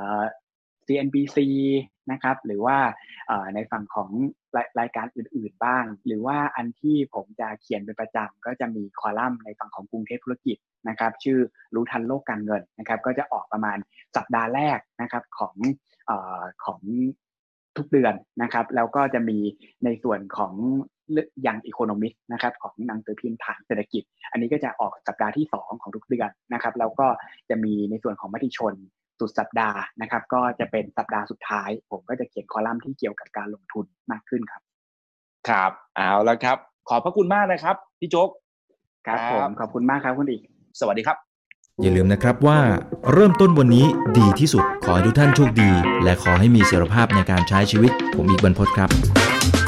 CNBC นะครับหรือว่าในฝั่งของรายการอื่นๆบ้างหรือว่าอันที่ผมจะเขียนเป็นประจำก็จะมีคอลัมน์ในฝั่งของกรุงเทพธุรกิจนะครับชื่อรู้ทันโลกการเงินนะครับก็จะออกประมาณสัปดาห์แรกนะครับของทุกเดือนนะครับแล้วก็จะมีในส่วนของยังอีโคโนมิสต์นะครับของหนังสือพิมพ์ฐานเศรษฐกิจอันนี้ก็จะออกสัปดาห์ที่2ของทุกเดือนนะครับแล้วก็จะมีในส่วนของมติชนสุดสัปดาห์นะครับก็จะเป็นสัปดาห์สุดท้ายผมก็จะเขียนคอลัมน์ที่เกี่ยวกับการลงทุนมากขึ้นครับครับเอาละครับขอบพระคุณมากนะครับพี่โจ๊กครับผมขอบคุณมากครับคุณอีกสวัสดีครับอย่าลืมนะครับว่าเริ่มต้นวันนี้ดีที่สุดขอให้ทุกท่านโชคดีและขอให้มีเสรีภาพในการใช้ชีวิตผมอีกบรรพตครับ